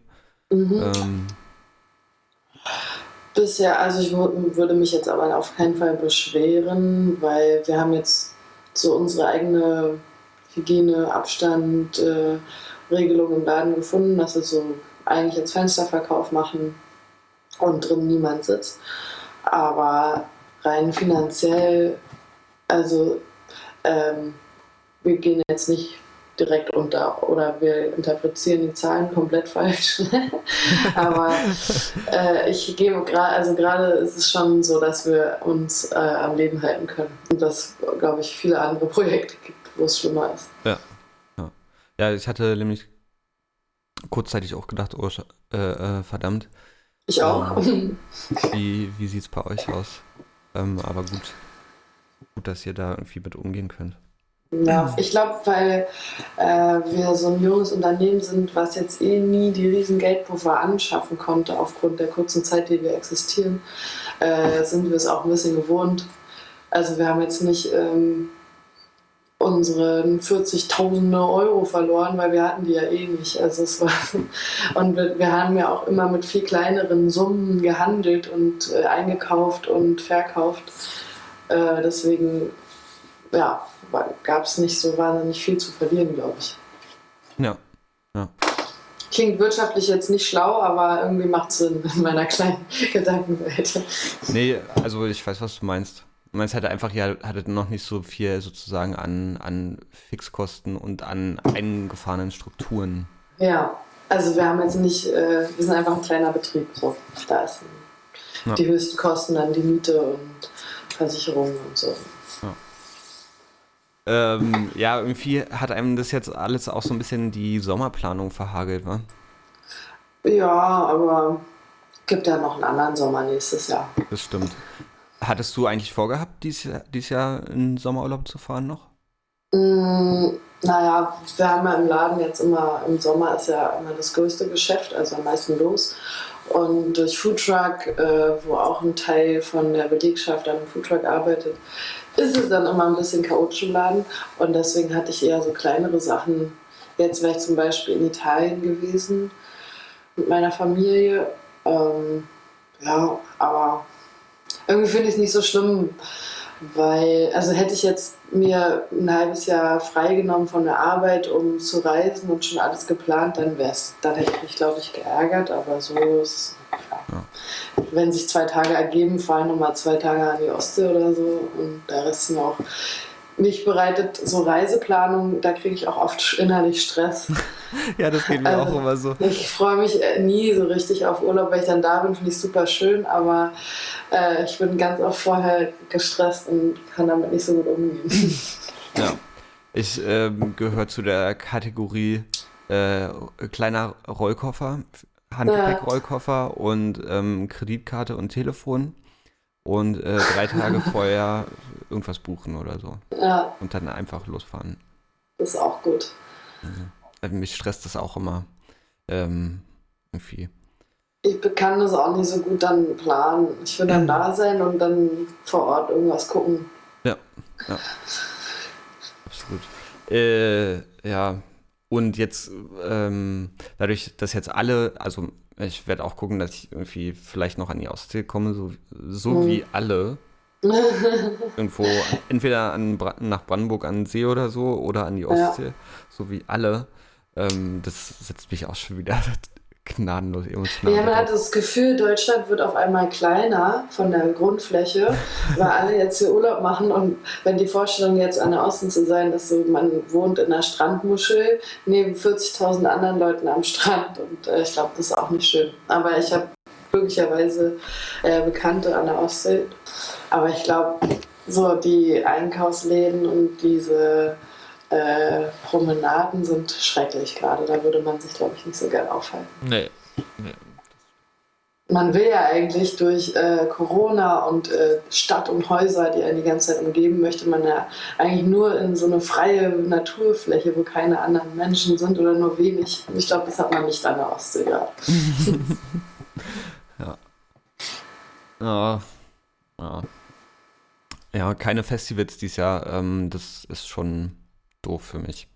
Bisher, also ich würde mich jetzt aber auf keinen Fall beschweren, weil wir haben jetzt so unsere eigene Hygiene, Abstand, Regelung im Laden gefunden, dass wir so eigentlich jetzt Fensterverkauf machen und drin niemand sitzt. Aber rein finanziell, also wir gehen jetzt nicht direkt unter oder wir interpretieren die Zahlen komplett falsch. Aber ich gebe gerade ist es schon so, dass wir uns am Leben halten können. Und das, glaube ich, viele andere Projekte gibt, wo es schlimmer ist. Ja, ich hatte nämlich kurzzeitig auch gedacht, oh, verdammt. Ich auch. Wie sieht es bei euch aus? Aber gut, dass ihr da irgendwie mit umgehen könnt. Ja, ich glaube, weil wir so ein junges Unternehmen sind, was jetzt nie die riesen Geldpuffer anschaffen konnte aufgrund der kurzen Zeit, die wir existieren, sind wir es auch ein bisschen gewohnt. Also wir haben jetzt nicht unseren 40.000 Euro verloren, weil wir hatten die ja eh nicht. Also es war und wir haben ja auch immer mit viel kleineren Summen gehandelt und eingekauft und verkauft. Deswegen ja, gab es nicht so wahnsinnig viel zu verlieren, glaube ich. Ja. Klingt wirtschaftlich jetzt nicht schlau, aber irgendwie macht es Sinn in meiner kleinen Gedankenwelt. Nee, also ich weiß, was du meinst. Du meinst halt einfach, ihr hattet noch nicht so viel sozusagen an Fixkosten und an eingefahrenen Strukturen. Ja, also wir haben jetzt nicht, wir sind einfach ein kleiner Betrieb. So. Da ist die höchsten Kosten dann die Miete und Versicherungen und so. Ja, irgendwie hat einem das jetzt alles auch so ein bisschen die Sommerplanung verhagelt, wa? Ja, aber gibt ja noch einen anderen Sommer nächstes Jahr. Das stimmt. Hattest du eigentlich vorgehabt, dieses Jahr in Sommerurlaub zu fahren noch? Naja, wir haben ja im Laden jetzt immer, im Sommer ist ja immer das größte Geschäft, also am meisten los. Und durch Foodtruck, wo auch ein Teil von der Belegschaft an einem Foodtruck arbeitet, ist es dann immer ein bisschen chaotisch im Laden. Und deswegen hatte ich eher so kleinere Sachen. Jetzt wäre ich zum Beispiel in Italien gewesen mit meiner Familie. Ja, aber irgendwie finde ich es nicht so schlimm, weil, also hätte ich jetzt mir ein halbes Jahr freigenommen von der Arbeit, um zu reisen und schon alles geplant, dann hätte ich mich, glaube ich, geärgert, aber so ist es, ja. Wenn sich 2 Tage ergeben, fahre ich nochmal 2 Tage an die Ostsee oder so und der Rest sind auch, mich bereitet so Reiseplanung, da kriege ich auch oft innerlich Stress. Ja, das geht mir auch immer so. Ich freue mich nie so richtig auf Urlaub, weil ich dann da bin, finde ich super schön, aber ich bin ganz oft vorher gestresst und kann damit nicht so gut umgehen. Ja, ich gehöre zu der Kategorie kleiner Rollkoffer, Handgepäckrollkoffer und Kreditkarte und Telefon und 3 Tage vorher irgendwas buchen oder so. Ja. Und dann einfach losfahren. Das ist auch gut. Mich stresst das auch immer irgendwie. Ich kann das auch nicht so gut dann planen. Ich will dann da sein und dann vor Ort irgendwas gucken. Ja. Absolut. Ja, und jetzt, dadurch, dass jetzt alle, also ich werde auch gucken, dass ich irgendwie vielleicht noch an die Ostsee komme, so wie alle. Irgendwo, entweder nach Brandenburg an den See oder so, oder an die Ostsee, so wie alle. Das setzt mich auch schon wieder gnadenlos emotional. Ja, man hat das Gefühl, Deutschland wird auf einmal kleiner von der Grundfläche, weil alle jetzt hier Urlaub machen und wenn die Vorstellung jetzt an der Ostsee zu sein, dass so, man wohnt in einer Strandmuschel neben 40.000 anderen Leuten am Strand und ich glaube, das ist auch nicht schön. Aber ich habe glücklicherweise Bekannte an der Ostsee, aber ich glaube, so die Einkaufsläden und diese Promenaden sind schrecklich gerade. Da würde man sich, glaube ich, nicht so gern aufhalten. Nee. Man will ja eigentlich durch Corona und Stadt und Häuser, die einen die ganze Zeit umgeben, möchte man ja eigentlich nur in so eine freie Naturfläche, wo keine anderen Menschen sind oder nur wenig. Ich glaube, das hat man nicht an der Ostsee gerade. Ja, keine Festivals dieses Jahr. Das ist schon doof für mich.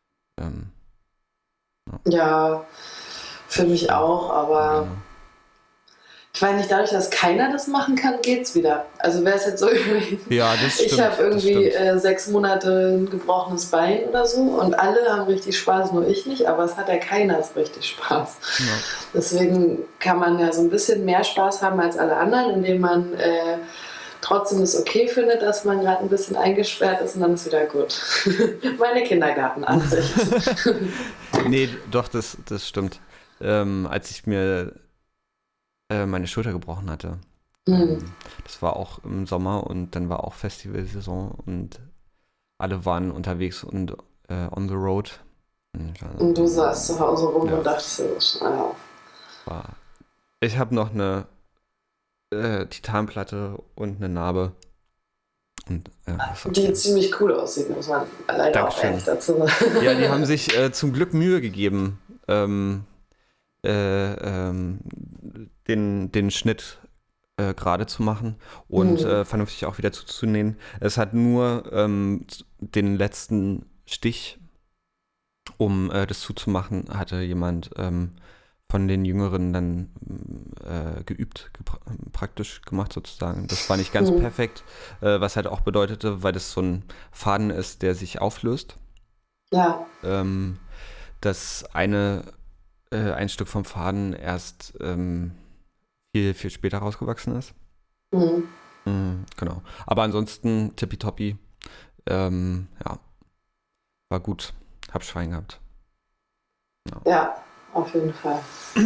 Ja, für mich auch, aber ich weiß nicht, dadurch, dass keiner das machen kann, geht's wieder. Also wäre es jetzt so gewesen. Ja, das stimmt. Ich habe irgendwie 6 Monate ein gebrochenes Bein oder so und alle haben richtig Spaß, nur ich nicht, aber es hat ja keiner so richtig Spaß. Ja. Deswegen kann man ja so ein bisschen mehr Spaß haben als alle anderen, indem man trotzdem es okay findet, dass man gerade ein bisschen eingesperrt ist und dann ist wieder gut. Meine Kindergartenansicht. Nee, doch, das stimmt. Als ich mir meine Schulter gebrochen hatte, das war auch im Sommer und dann war auch Festivalsaison und alle waren unterwegs und on the road. Und du saßt zu Hause rum und dachtest so, ja. Ich habe noch eine Titanplatte und eine Narbe. Und, die ziemlich cool aussieht, muss man leider auch ehrlich dazu sagen. Ja, die haben sich zum Glück Mühe gegeben, den Schnitt gerade zu machen und vernünftig auch wieder zuzunähen. Es hat nur den letzten Stich, um das zuzumachen, hatte jemand von den Jüngeren dann geübt, praktisch gemacht sozusagen. Das war nicht ganz perfekt, was halt auch bedeutete, weil das so ein Faden ist, der sich auflöst. Ja. Dass ein Stück vom Faden erst viel, viel später rausgewachsen ist. Genau. Aber ansonsten tippitoppi. Ja, war gut. Hab Schwein gehabt. Ja, auf jeden Fall.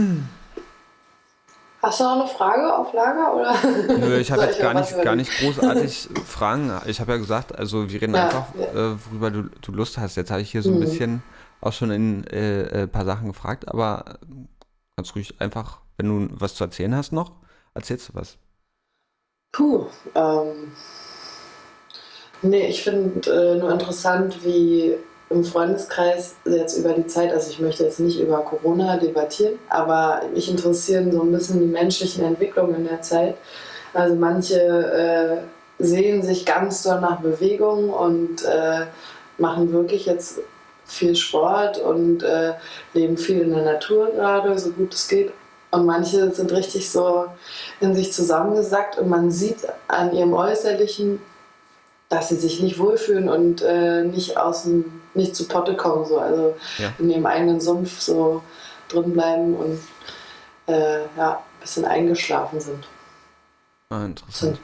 Hast du noch eine Frage auf Lager? Oder? Nö, ich habe jetzt gar nicht großartig Fragen. Ich habe ja gesagt, also wir reden einfach, worüber du Lust hast. Jetzt habe ich hier so ein bisschen auch schon in ein paar Sachen gefragt, aber ganz ruhig einfach, wenn du was zu erzählen hast noch, erzählst du was. Puh, nee, ich finde nur interessant, wie im Freundeskreis jetzt über die Zeit, also ich möchte jetzt nicht über Corona debattieren, aber mich interessieren so ein bisschen die menschlichen Entwicklungen in der Zeit. Also manche sehen sich ganz doll nach Bewegung und machen wirklich jetzt viel Sport und leben viel in der Natur gerade, so gut es geht. Und manche sind richtig so in sich zusammengesackt und man sieht an ihrem Äußerlichen, dass sie sich nicht wohlfühlen und nicht zu Potte kommen, so. Also in ihrem eigenen Sumpf so drin bleiben und ein bisschen eingeschlafen sind. Ah, interessant.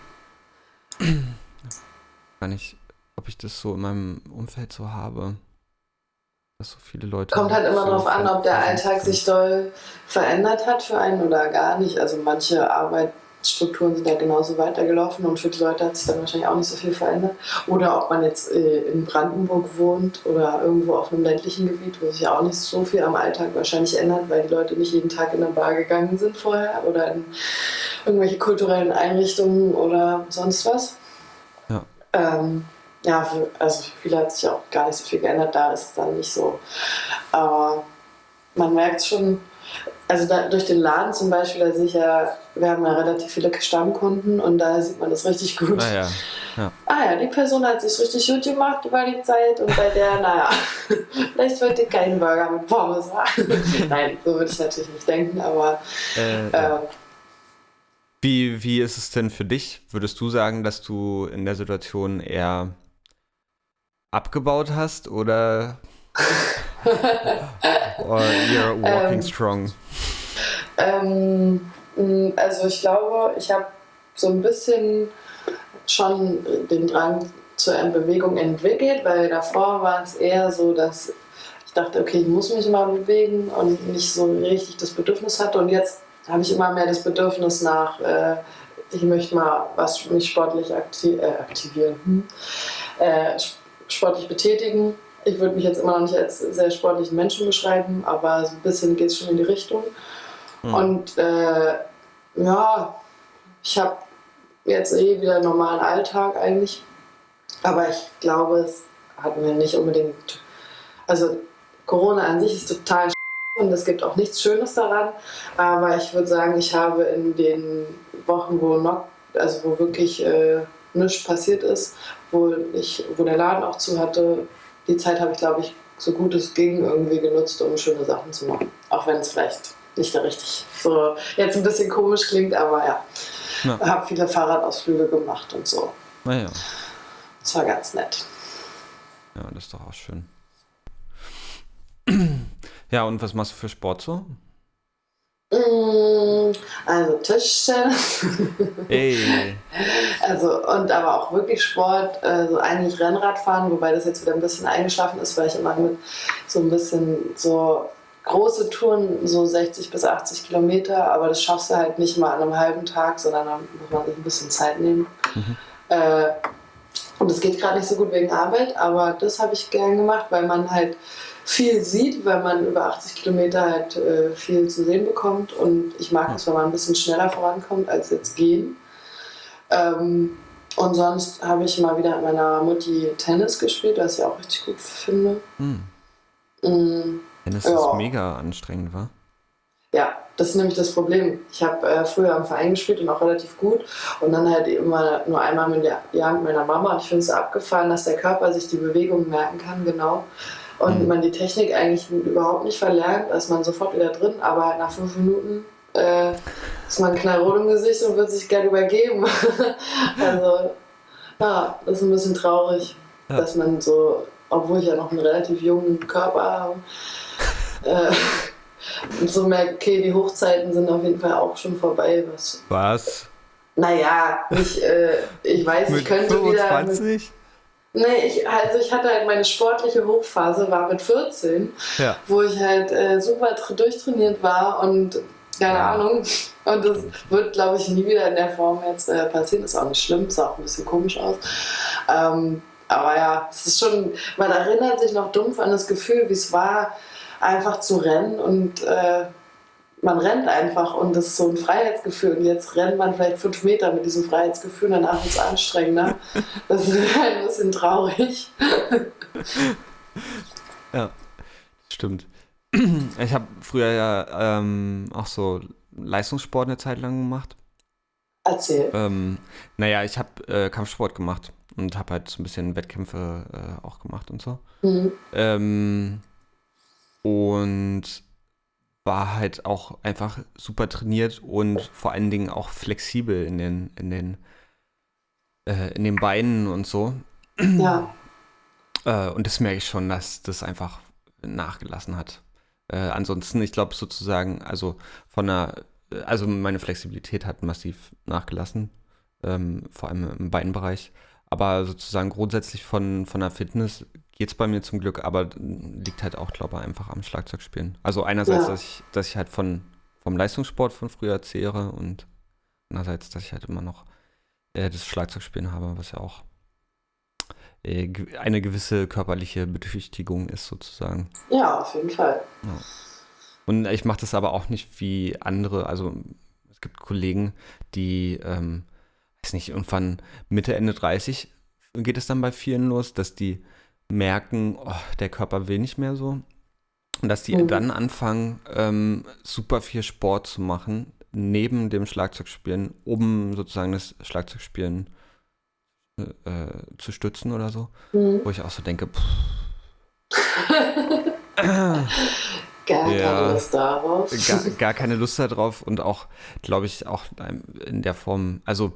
Gar nicht, ob ich das so in meinem Umfeld so habe, dass so viele Leute... Kommt halt immer so darauf an, ob der Alltag sich doll verändert hat für einen oder gar nicht. Also manche Arbeitsstrukturen sind ja genauso weitergelaufen und für die Leute hat sich dann wahrscheinlich auch nicht so viel verändert. Oder ob man jetzt in Brandenburg wohnt oder irgendwo auf einem ländlichen Gebiet, wo sich auch nicht so viel am Alltag wahrscheinlich ändert, weil die Leute nicht jeden Tag in eine Bar gegangen sind vorher oder in irgendwelche kulturellen Einrichtungen oder sonst was. Ja. Also für viele hat sich auch gar nicht so viel geändert, da ist es dann nicht so. Aber man merkt schon, also durch den Laden zum Beispiel, da sehe ich ja, wir haben ja relativ viele Stammkunden und da sieht man das richtig gut. Die Person hat sich richtig gut gemacht über die Zeit und bei der, vielleicht wollte ich keinen Burger mit Pommes. Nein, so würde ich natürlich nicht denken, aber... Wie ist es denn für dich? Würdest du sagen, dass du in der Situation eher abgebaut hast oder you're walking strong? Also ich glaube, ich habe so ein bisschen schon den Drang zur Bewegung entwickelt, weil davor war es eher so, dass ich dachte, okay, ich muss mich mal bewegen und nicht so richtig das Bedürfnis hatte. Und jetzt habe ich immer mehr das Bedürfnis nach, ich möchte mal mich sportlich aktivieren, sportlich betätigen. Ich würde mich jetzt immer noch nicht als sehr sportlichen Menschen beschreiben, aber so ein bisschen geht es schon in die Richtung. Und ich habe jetzt wieder einen normalen Alltag eigentlich, aber ich glaube, es hat mir nicht unbedingt, also Corona an sich ist total und es gibt auch nichts Schönes daran, aber ich würde sagen, ich habe in den Wochen, wo wirklich nichts passiert ist, wo der Laden auch zu hatte, die Zeit habe ich, glaube ich, so gut es ging irgendwie genutzt, um schöne Sachen zu machen. Auch wenn es vielleicht nicht da richtig so jetzt ein bisschen komisch klingt, aber ja. Habe viele Fahrradausflüge gemacht und so. Naja. Das war ganz nett. Ja, das ist doch auch schön. Ja, und was machst du für Sport so? Also Tischtennis. Hey. Und aber auch wirklich Sport, also eigentlich Rennradfahren, wobei das jetzt wieder ein bisschen eingeschlafen ist, weil ich immer mit so ein bisschen so große Touren, so 60 bis 80 Kilometer, aber das schaffst du halt nicht mal an einem halben Tag, sondern dann muss man sich ein bisschen Zeit nehmen. Und es geht gerade nicht so gut wegen Arbeit, aber das habe ich gern gemacht, weil man halt viel sieht, weil man über 80 Kilometer halt viel zu sehen bekommt und ich mag es, wenn man ein bisschen schneller vorankommt als jetzt gehen. Und sonst habe ich mal wieder mit meiner Mutti Tennis gespielt, was ich auch richtig gut finde. Tennis ist mega anstrengend, wa? Ja, das ist nämlich das Problem. Ich habe früher im Verein gespielt und auch relativ gut und dann halt immer nur einmal im Jahr mit meiner Mama. Und ich finde es so abgefahren, dass der Körper sich die Bewegungen merken kann, genau. Und man die Technik eigentlich überhaupt nicht verlernt, da ist man sofort wieder drin, aber halt nach 5 Minuten ist man knallrot im Gesicht und wird sich gerne übergeben. Also, ja, das ist ein bisschen traurig, dass man so, obwohl ich ja noch einen relativ jungen Körper habe, so merkt, okay, die Hochzeiten sind auf jeden Fall auch schon vorbei. Was? Naja, nicht, ich weiß, ich könnte 25? wieder. Nee, ich hatte halt meine sportliche Hochphase, war mit 14, wo ich halt super durchtrainiert war und keine Ahnung. Und das wird, glaube ich, nie wieder in der Form jetzt passieren. Ist auch nicht schlimm, sah auch ein bisschen komisch aus. Aber ja, es ist schon, man erinnert sich noch dumpf an das Gefühl, wie es war, einfach zu rennen und man rennt einfach und das ist so ein Freiheitsgefühl und jetzt rennt man vielleicht 5 Meter mit diesem Freiheitsgefühl und danach ist es anstrengender. Das ist ein bisschen traurig. Ja, stimmt. Ich habe früher ja auch so Leistungssport eine Zeit lang gemacht. Erzähl. Naja, ich habe Kampfsport gemacht und habe halt so ein bisschen Wettkämpfe auch gemacht und so. Und war halt auch einfach super trainiert und vor allen Dingen auch flexibel in den Beinen und so. Ja. Und das merke ich schon, dass das einfach nachgelassen hat. Ansonsten, ich glaube sozusagen, also meine Flexibilität hat massiv nachgelassen, vor allem im Beinbereich. Aber sozusagen grundsätzlich von der Fitness geht es bei mir zum Glück, aber liegt halt auch, glaube ich, einfach am Schlagzeugspielen. Also einerseits, dass ich halt vom Leistungssport von früher zehre und andererseits, dass ich halt immer noch das Schlagzeugspielen habe, was ja auch eine gewisse körperliche Betüchtigung ist sozusagen. Ja, auf jeden Fall. Ja. Und ich mache das aber auch nicht wie andere, also es gibt Kollegen, die, weiß nicht, irgendwann Mitte, Ende 30 geht es dann bei vielen los, dass die merken, oh, der Körper will nicht mehr so. Und dass die dann anfangen, super viel Sport zu machen, neben dem Schlagzeugspielen, um sozusagen das Schlagzeugspielen zu stützen oder so. Wo ich auch so denke, keine Lust darauf. Gar keine Lust darauf und auch, glaube ich, auch in der Form, also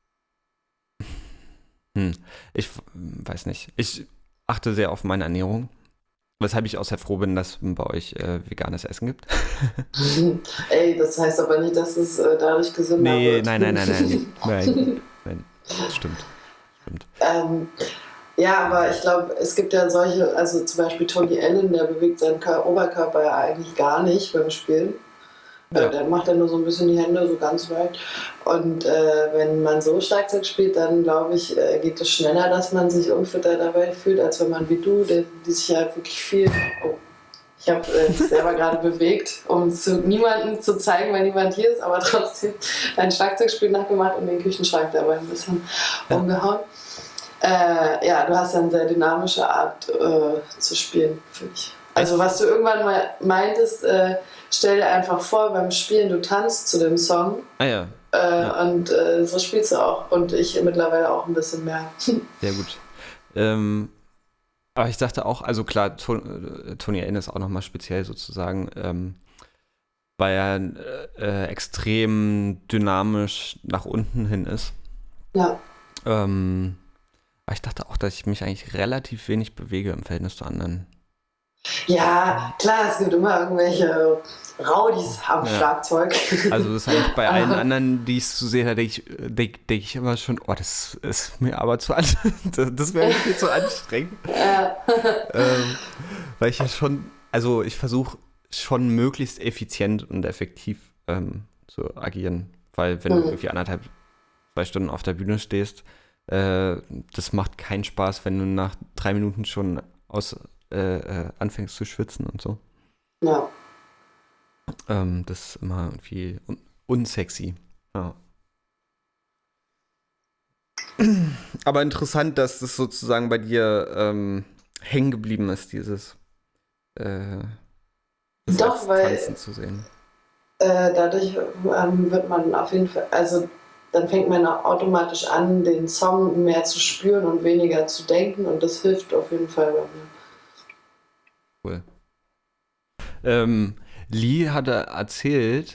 ich weiß nicht. Ich achte sehr auf meine Ernährung, weshalb ich auch sehr froh bin, dass es bei euch veganes Essen gibt. Ey, das heißt aber nicht, dass es dadurch gesünder wird. Nein, stimmt. Ja, aber ich glaube, es gibt ja solche, also zum Beispiel Tony Allen, der bewegt seinen Oberkörper ja eigentlich gar nicht beim Spielen. Ja. Der macht ja nur so ein bisschen die Hände so ganz weit. Und wenn man so Schlagzeug spielt, dann glaube ich, geht es schneller, dass man sich unfitter dabei fühlt, als wenn man wie du, die sich ja wirklich viel... Oh, ich habe mich selber gerade bewegt, um niemandem zu zeigen, weil niemand hier ist, aber trotzdem ein Schlagzeugspiel nachgemacht und den Küchenschrank dabei ein bisschen umgehauen. Ja, du hast ja eine sehr dynamische Art zu spielen, finde ich. Also was du irgendwann mal meintest, stell dir einfach vor, beim Spielen, du tanzt zu dem Song. Und so spielst du auch. Und ich mittlerweile auch ein bisschen mehr. Sehr gut. Aber ich dachte auch, also klar, Tony Allen ist auch nochmal speziell sozusagen, weil er extrem dynamisch nach unten hin ist. Ja. Aber ich dachte auch, dass ich mich eigentlich relativ wenig bewege im Verhältnis zu anderen. Ja, klar, es gibt immer irgendwelche Raudis am Schlagzeug. Also das ist eigentlich bei allen anderen, die ich so sehe, da denke ich immer schon, oh, das ist mir aber zu anstrengend. Das wäre viel zu anstrengend. Weil ich ja schon, also ich versuche schon möglichst effizient und effektiv zu agieren. Weil wenn du irgendwie 1,5, 2 Stunden auf der Bühne stehst, das macht keinen Spaß, wenn du nach 3 Minuten schon anfängst zu schwitzen und so. Ja. Das ist immer irgendwie unsexy. Ja. Aber interessant, dass das sozusagen bei dir hängen geblieben ist, dieses Doch, weil Tanzen zu sehen. Dadurch wird man auf jeden Fall, also dann fängt man automatisch an, den Song mehr zu spüren und weniger zu denken und das hilft auf jeden Fall bei Cool. Lee hatte erzählt,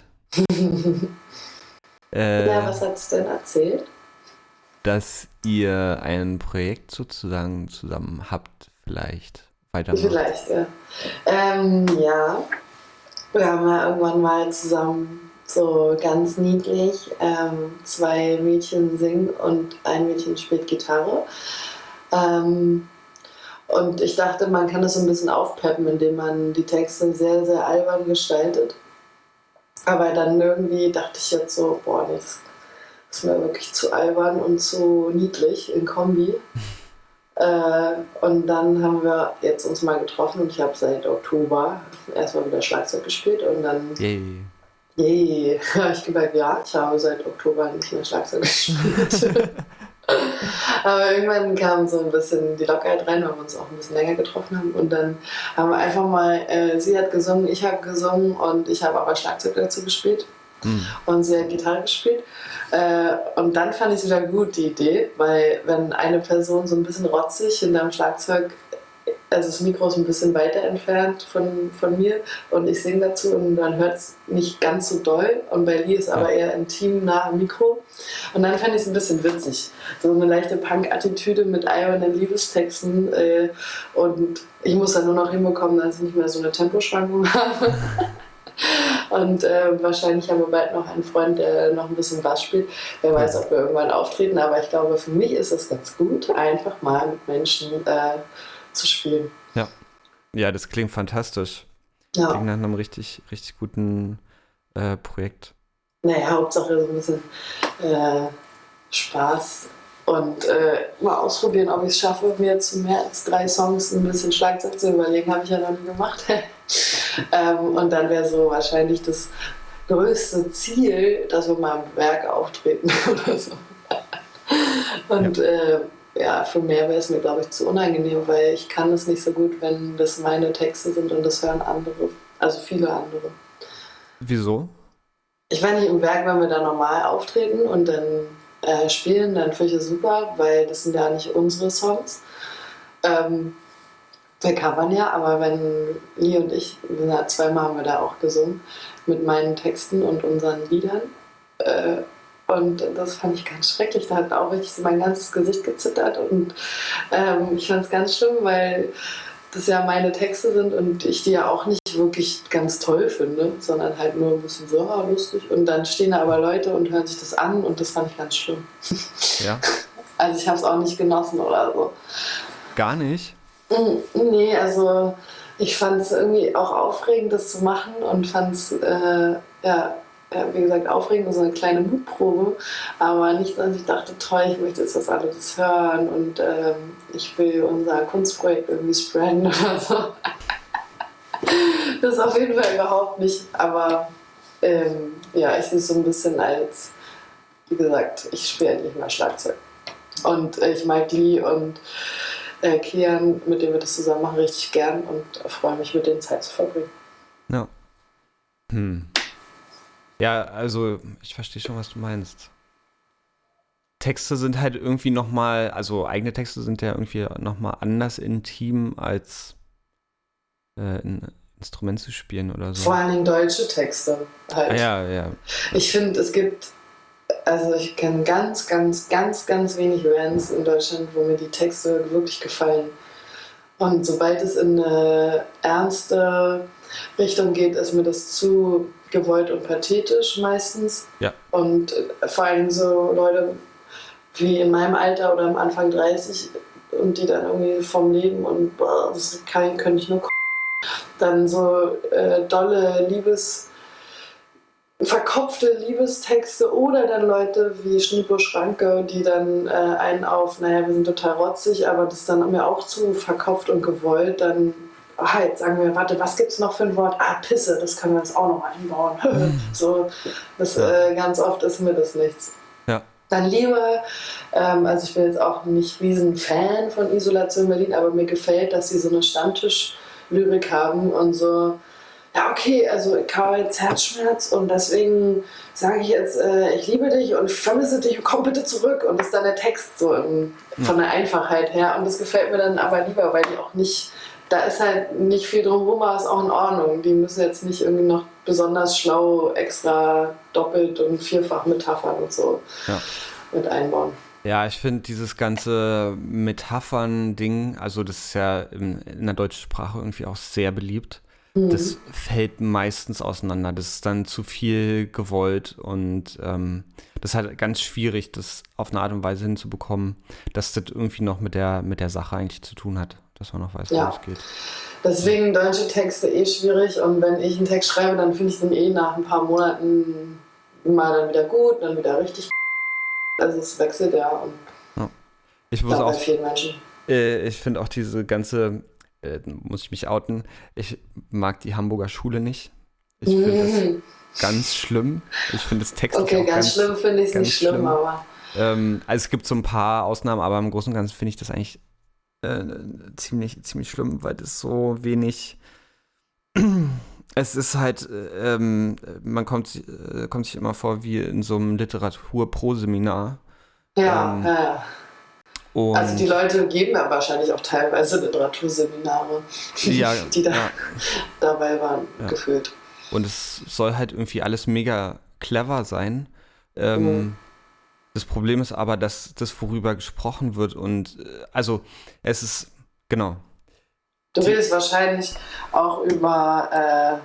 Ja, was hat es denn erzählt? dass ihr ein Projekt sozusagen zusammen habt, vielleicht weitermacht. Vielleicht, ja. Ja, wir haben ja irgendwann mal zusammen so ganz niedlich 2 Mädchen singen und ein Mädchen spielt Gitarre. Und ich dachte, man kann das so ein bisschen aufpeppen, indem man die Texte sehr, sehr albern gestaltet. Aber dann irgendwie dachte ich jetzt so, boah, nee, das ist mir wirklich zu albern und zu niedlich in Kombi. Und dann haben wir jetzt uns mal getroffen und ich habe seit Oktober erstmal wieder Schlagzeug gespielt und dann, habe ich gesagt, ja, ich habe seit Oktober nicht mehr Schlagzeug gespielt. Aber irgendwann kam so ein bisschen die Lockerheit rein, weil wir uns auch ein bisschen länger getroffen haben. Und dann haben wir einfach mal, sie hat gesungen, ich habe gesungen und ich habe aber Schlagzeug dazu gespielt. Und sie hat Gitarre gespielt. Und dann fand ich es wieder gut, die Idee, weil wenn eine Person so ein bisschen rotzig hinterm Schlagzeug, also das Mikro ist ein bisschen weiter entfernt von mir und ich singe dazu und man hört es nicht ganz so doll und bei Lee ist aber eher intim nah am Mikro und dann fand ich es ein bisschen witzig. So eine leichte Punk-Attitüde mit albernen Liebestexten und ich muss dann nur noch hinbekommen, dass ich nicht mehr so eine Temposchwankung habe. Und wahrscheinlich haben wir bald noch einen Freund, der noch ein bisschen Bass spielt. Wer weiß, ob wir irgendwann auftreten, aber ich glaube, für mich ist es ganz gut, einfach mal mit Menschen zu spielen. Ja, das klingt fantastisch. Ja. Klingt nach einem richtig, richtig guten Projekt. Naja, Hauptsache so ein bisschen Spaß und mal ausprobieren, ob ich es schaffe, mir zu mehr als 3 Songs ein bisschen Schlagzeug zu überlegen, habe ich ja noch nie gemacht. Und dann wäre so wahrscheinlich das größte Ziel, dass wir mal im Werk auftreten oder so. Und für mehr wäre es mir, glaube ich, zu unangenehm, weil ich kann es nicht so gut, wenn das meine Texte sind und das hören andere, also viele andere. Wieso? Ich war nicht im Werk, wenn wir da normal auftreten und dann spielen, dann finde ich es super, weil das sind ja nicht unsere Songs. Wir covern ja, aber wenn Lee und ich, 2-mal haben wir da auch gesungen, mit meinen Texten und unseren Liedern. Und das fand ich ganz schrecklich. Da hat auch richtig so mein ganzes Gesicht gezittert und ich fand es ganz schlimm, weil das ja meine Texte sind und ich die ja auch nicht wirklich ganz toll finde, sondern halt nur ein bisschen so lustig. Und dann stehen da aber Leute und hören sich das an und das fand ich ganz schlimm. Ja. Also ich habe es auch nicht genossen oder so. Gar nicht? Nee, also ich fand es irgendwie auch aufregend, das zu machen und fand es, wie gesagt, aufregend, so eine kleine Mutprobe, aber nicht, dass ich dachte, toll, ich möchte jetzt, dass alle das hören und ich will unser Kunstprojekt irgendwie spreaden oder so. Das auf jeden Fall überhaupt nicht, aber ich sehe es so ein bisschen als, wie gesagt, ich spiele endlich mal Schlagzeug. Und ich mag Lee und Kian, mit dem wir das zusammen machen, richtig gern und freue mich, mit denen Zeit zu verbringen. Ja. Ja, also ich verstehe schon, was du meinst. Texte sind halt irgendwie nochmal, also eigene Texte sind ja irgendwie nochmal anders intim als ein Instrument zu spielen oder so. Vor allen Dingen deutsche Texte halt. Ja. Ich finde, ich kenne ganz, ganz, ganz, ganz wenig Bands in Deutschland, wo mir die Texte wirklich gefallen. Und sobald es in eine ernste Richtung geht, ist mir das zu gewollt und pathetisch meistens. Ja. Und vor allem so Leute wie in meinem Alter oder am Anfang 30 und die dann irgendwie vom Leben und das könnte ich nur dann so dolle verkopfte Liebestexte oder dann Leute wie Schnippo Schranke, die dann einen auf, wir sind total rotzig, aber das dann mir auch zu verkopft und gewollt, dann jetzt sagen wir, warte, was gibt's noch für ein Wort? Pisse, das können wir jetzt auch noch einbauen. So, ganz oft ist mir das nichts. Ja. Dann lieber, also ich bin jetzt auch nicht riesen Fan von Isolation Berlin, aber mir gefällt, dass sie so eine Stammtisch-Lyrik haben und so, ja, okay, also ich habe jetzt Herzschmerz und deswegen sage ich jetzt, ich liebe dich und ich vermisse dich und komm bitte zurück. Und das ist dann der Text so von der Einfachheit her. Und das gefällt mir dann aber lieber, weil die auch nicht, da ist halt nicht viel drumherum, aber ist auch in Ordnung. Die müssen jetzt nicht irgendwie noch besonders schlau extra doppelt und vierfach Metaphern und so mit einbauen. Ja, ich finde dieses ganze Metaphern-Ding, also das ist ja in der deutschen Sprache irgendwie auch sehr beliebt. Das fällt meistens auseinander. Das ist dann zu viel gewollt und das ist halt ganz schwierig, das auf eine Art und Weise hinzubekommen, dass das irgendwie noch mit der Sache eigentlich zu tun hat, dass man noch weiß, worum es geht. Deswegen deutsche Texte schwierig und wenn ich einen Text schreibe, dann finde ich den nach ein paar Monaten mal dann wieder gut, dann wieder richtig. Also es wechselt und ich muss auch, bei vielen Menschen. Ich finde auch diese ganze muss ich mich outen, ich mag die Hamburger Schule nicht. Ich finde das ganz schlimm. Ich finde das textlich okay, auch ganz schlimm finde ich es nicht schlimm, aber... also es gibt so ein paar Ausnahmen, aber im Großen und Ganzen finde ich das eigentlich ziemlich schlimm, weil das so wenig... Es ist halt, man kommt sich immer vor wie in so einem Literatur-Pro-Seminar. Ja. Also die Leute geben ja wahrscheinlich auch teilweise Literaturseminare, die da dabei waren, gefühlt. Und es soll halt irgendwie alles mega clever sein. Das Problem ist aber, dass das, worüber gesprochen wird und also es ist, genau. Du redest wahrscheinlich auch über,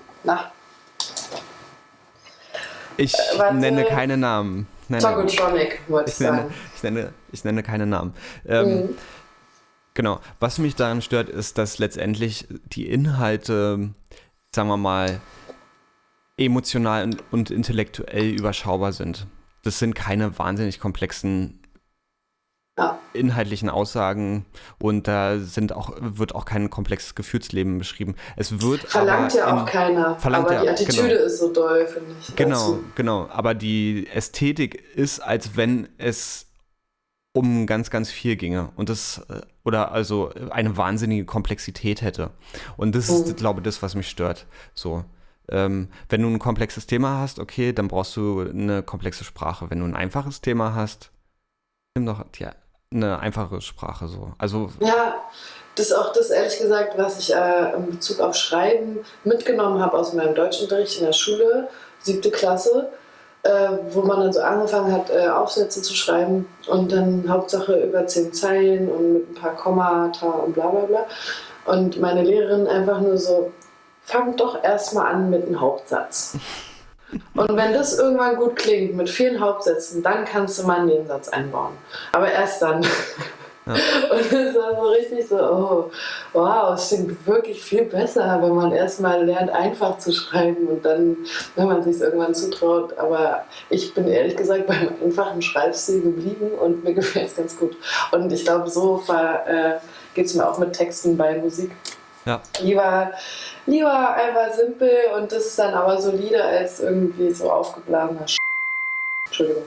ich nenne keine Namen. Togotronic, wollte ich sagen. Ich nenne keine Namen. Genau. Was mich daran stört, ist, dass letztendlich die Inhalte, sagen wir mal, emotional und intellektuell überschaubar sind. Das sind keine wahnsinnig komplexen inhaltlichen Aussagen und da wird auch kein komplexes Gefühlsleben beschrieben. Es wird verlangt aber auch keiner, aber die Attitüde ist so doll, finde ich. Genau. Aber die Ästhetik ist, als wenn es um ganz, ganz viel ginge und das oder also eine wahnsinnige Komplexität hätte. Und das ist, glaube ich, das, was mich stört. So. Wenn du ein komplexes Thema hast, okay, dann brauchst du eine komplexe Sprache. Wenn du ein einfaches Thema hast, nimm doch eine einfache Sprache so. Also ja, das ist auch das, ehrlich gesagt, was ich in Bezug auf Schreiben mitgenommen habe aus meinem Deutschunterricht in der Schule, 7. Klasse, wo man dann so angefangen hat, Aufsätze zu schreiben und dann Hauptsache über 10 Zeilen und mit ein paar Kommata und bla bla bla. Und meine Lehrerin einfach nur so, fang doch erstmal an mit einem Hauptsatz. Und wenn das irgendwann gut klingt, mit vielen Hauptsätzen, dann kannst du mal einen Nebensatz einbauen. Aber erst dann. Ja. Und es war so richtig so, oh, wow, es klingt wirklich viel besser, wenn man erstmal lernt, einfach zu schreiben und dann, wenn man sich irgendwann zutraut. Aber ich bin ehrlich gesagt beim einfachen Schreibstil geblieben und mir gefällt es ganz gut. Und ich glaube, so geht es mir auch mit Texten bei Musik. Ja. Lieber einfach simpel und das ist dann aber solider als irgendwie so aufgeblasener Entschuldigung.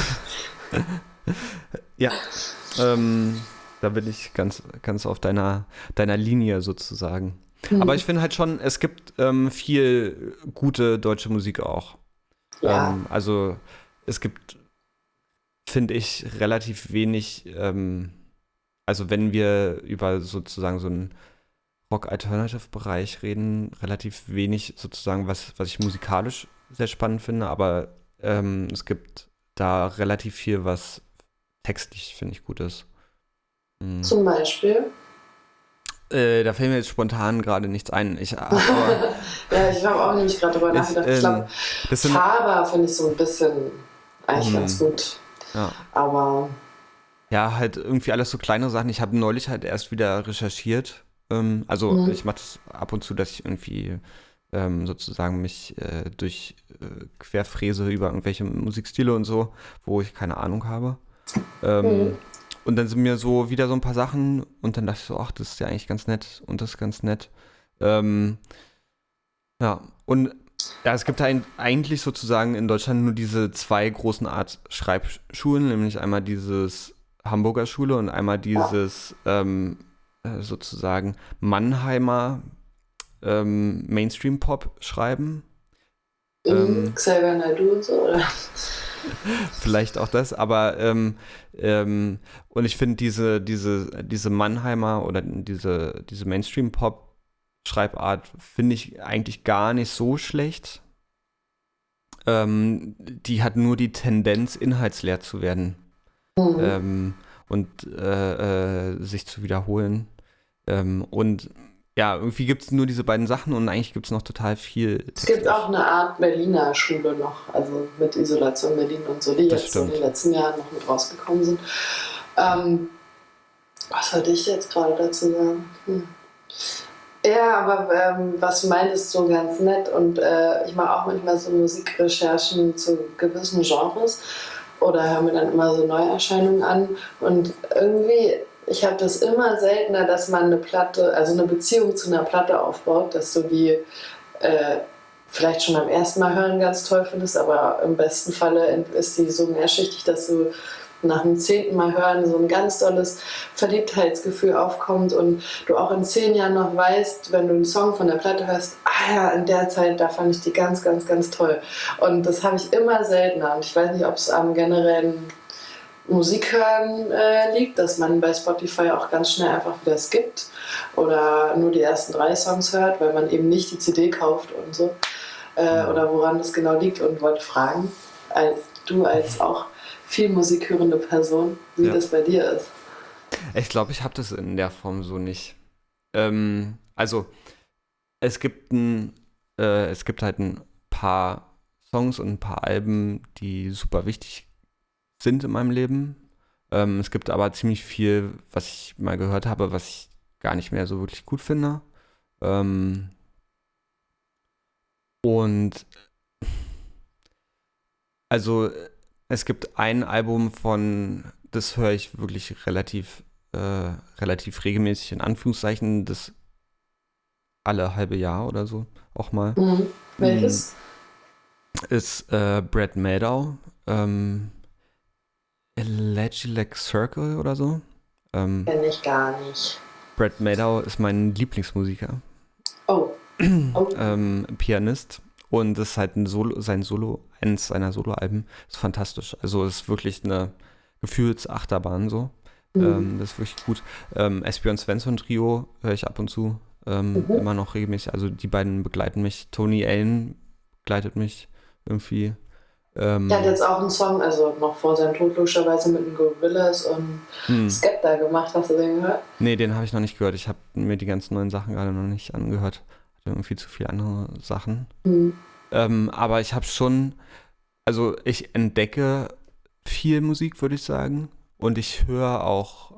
Ja, da bin ich ganz auf deiner Linie sozusagen. Aber ich finde halt schon, es gibt viel gute deutsche Musik auch. Ja. Also es gibt, finde ich, relativ wenig, also wenn wir über sozusagen so einen Rock-Alternative-Bereich reden, relativ wenig sozusagen, was ich musikalisch sehr spannend finde, aber es gibt da relativ viel, was textlich, finde ich, gut ist. Zum Beispiel? Da fällt mir jetzt spontan gerade nichts ein. Ja, ich habe auch nämlich gerade drüber nachgedacht. Ich glaube, Faber finde ich so ein bisschen eigentlich ganz gut. Ja. Aber... Ja, halt irgendwie alles so kleine Sachen. Ich habe neulich halt erst wieder recherchiert. Ich mache das ab und zu, dass ich irgendwie sozusagen mich durch querfräse über irgendwelche Musikstile und so, wo ich keine Ahnung habe. Und dann sind mir so wieder so ein paar Sachen und dann dachte ich so, ach, das ist ja eigentlich ganz nett und das ist ganz nett. Es gibt eigentlich sozusagen in Deutschland nur diese 2 großen Art Schreibschulen, nämlich einmal dieses Hamburger Schule und einmal dieses sozusagen Mannheimer Mainstream-Pop schreiben. Xavier Naidoo und so, oder? Vielleicht auch das, aber und ich finde diese Mannheimer oder diese Mainstream-Pop-Schreibart finde ich eigentlich gar nicht so schlecht. Die hat nur die Tendenz, inhaltsleer zu werden und sich zu wiederholen. Und ja, irgendwie gibt es nur diese beiden Sachen und eigentlich gibt es noch total viel. Es gibt auch eine Art Berliner Schule noch, also mit Isolation Berlin und so, die Das jetzt so in stimmt. den letzten Jahren noch mit rausgekommen sind. Was wollte ich jetzt gerade dazu sagen? Ja, aber was du meinst, ist so ganz nett und ich mache auch manchmal so Musikrecherchen zu gewissen Genres oder höre mir dann immer so Neuerscheinungen an und irgendwie, ich habe das immer seltener, dass man eine Platte, also eine Beziehung zu einer Platte aufbaut, dass du die vielleicht schon beim ersten Mal hören ganz toll findest, aber im besten Falle ist die so mehrschichtig, dass du nach dem 10. Mal hören so ein ganz tolles Verliebtheitsgefühl aufkommt und du auch in 10 Jahren noch weißt, wenn du einen Song von der Platte hörst, ah ja, in der Zeit, da fand ich die ganz, ganz, ganz toll. Und das habe ich immer seltener. Und ich weiß nicht, ob es am generellen Musikhören liegt, dass man bei Spotify auch ganz schnell einfach wieder skippt oder nur die ersten 3 Songs hört, weil man eben nicht die CD kauft und so. Oder woran das genau liegt und wollte fragen, als auch viel Musik hörende Person, wie das bei dir ist. Ich glaube, ich habe das in der Form so nicht. Also, es gibt halt ein paar Songs und ein paar Alben, die super wichtig sind in meinem Leben. Es gibt aber ziemlich viel, was ich mal gehört habe, was ich gar nicht mehr so wirklich gut finde. Und also es gibt ein Album das höre ich wirklich relativ regelmäßig in Anführungszeichen, das alle halbe Jahr oder so auch mal. Welches? Ist Brad Mehldau, Electric Circle oder so. Kenn ich gar nicht. Brad Mehldau ist mein Lieblingsmusiker. Oh. Pianist. Und das ist halt eines seiner Soloalben. Ist fantastisch. Also ist wirklich eine Gefühlsachterbahn so. Das ist wirklich gut. Esbjörn Svensson Trio höre ich ab und zu immer noch regelmäßig. Also die beiden begleiten mich. Tony Allen begleitet mich irgendwie. Er hat jetzt auch einen Song, also noch vor seinem Tod logischerweise mit den Gorillaz und Skepta gemacht. Hast du den gehört? Nee, den habe ich noch nicht gehört. Ich habe mir die ganzen neuen Sachen gerade noch nicht angehört. Hatte irgendwie zu viele andere Sachen. Aber ich habe schon, also ich entdecke viel Musik, würde ich sagen. Und ich höre auch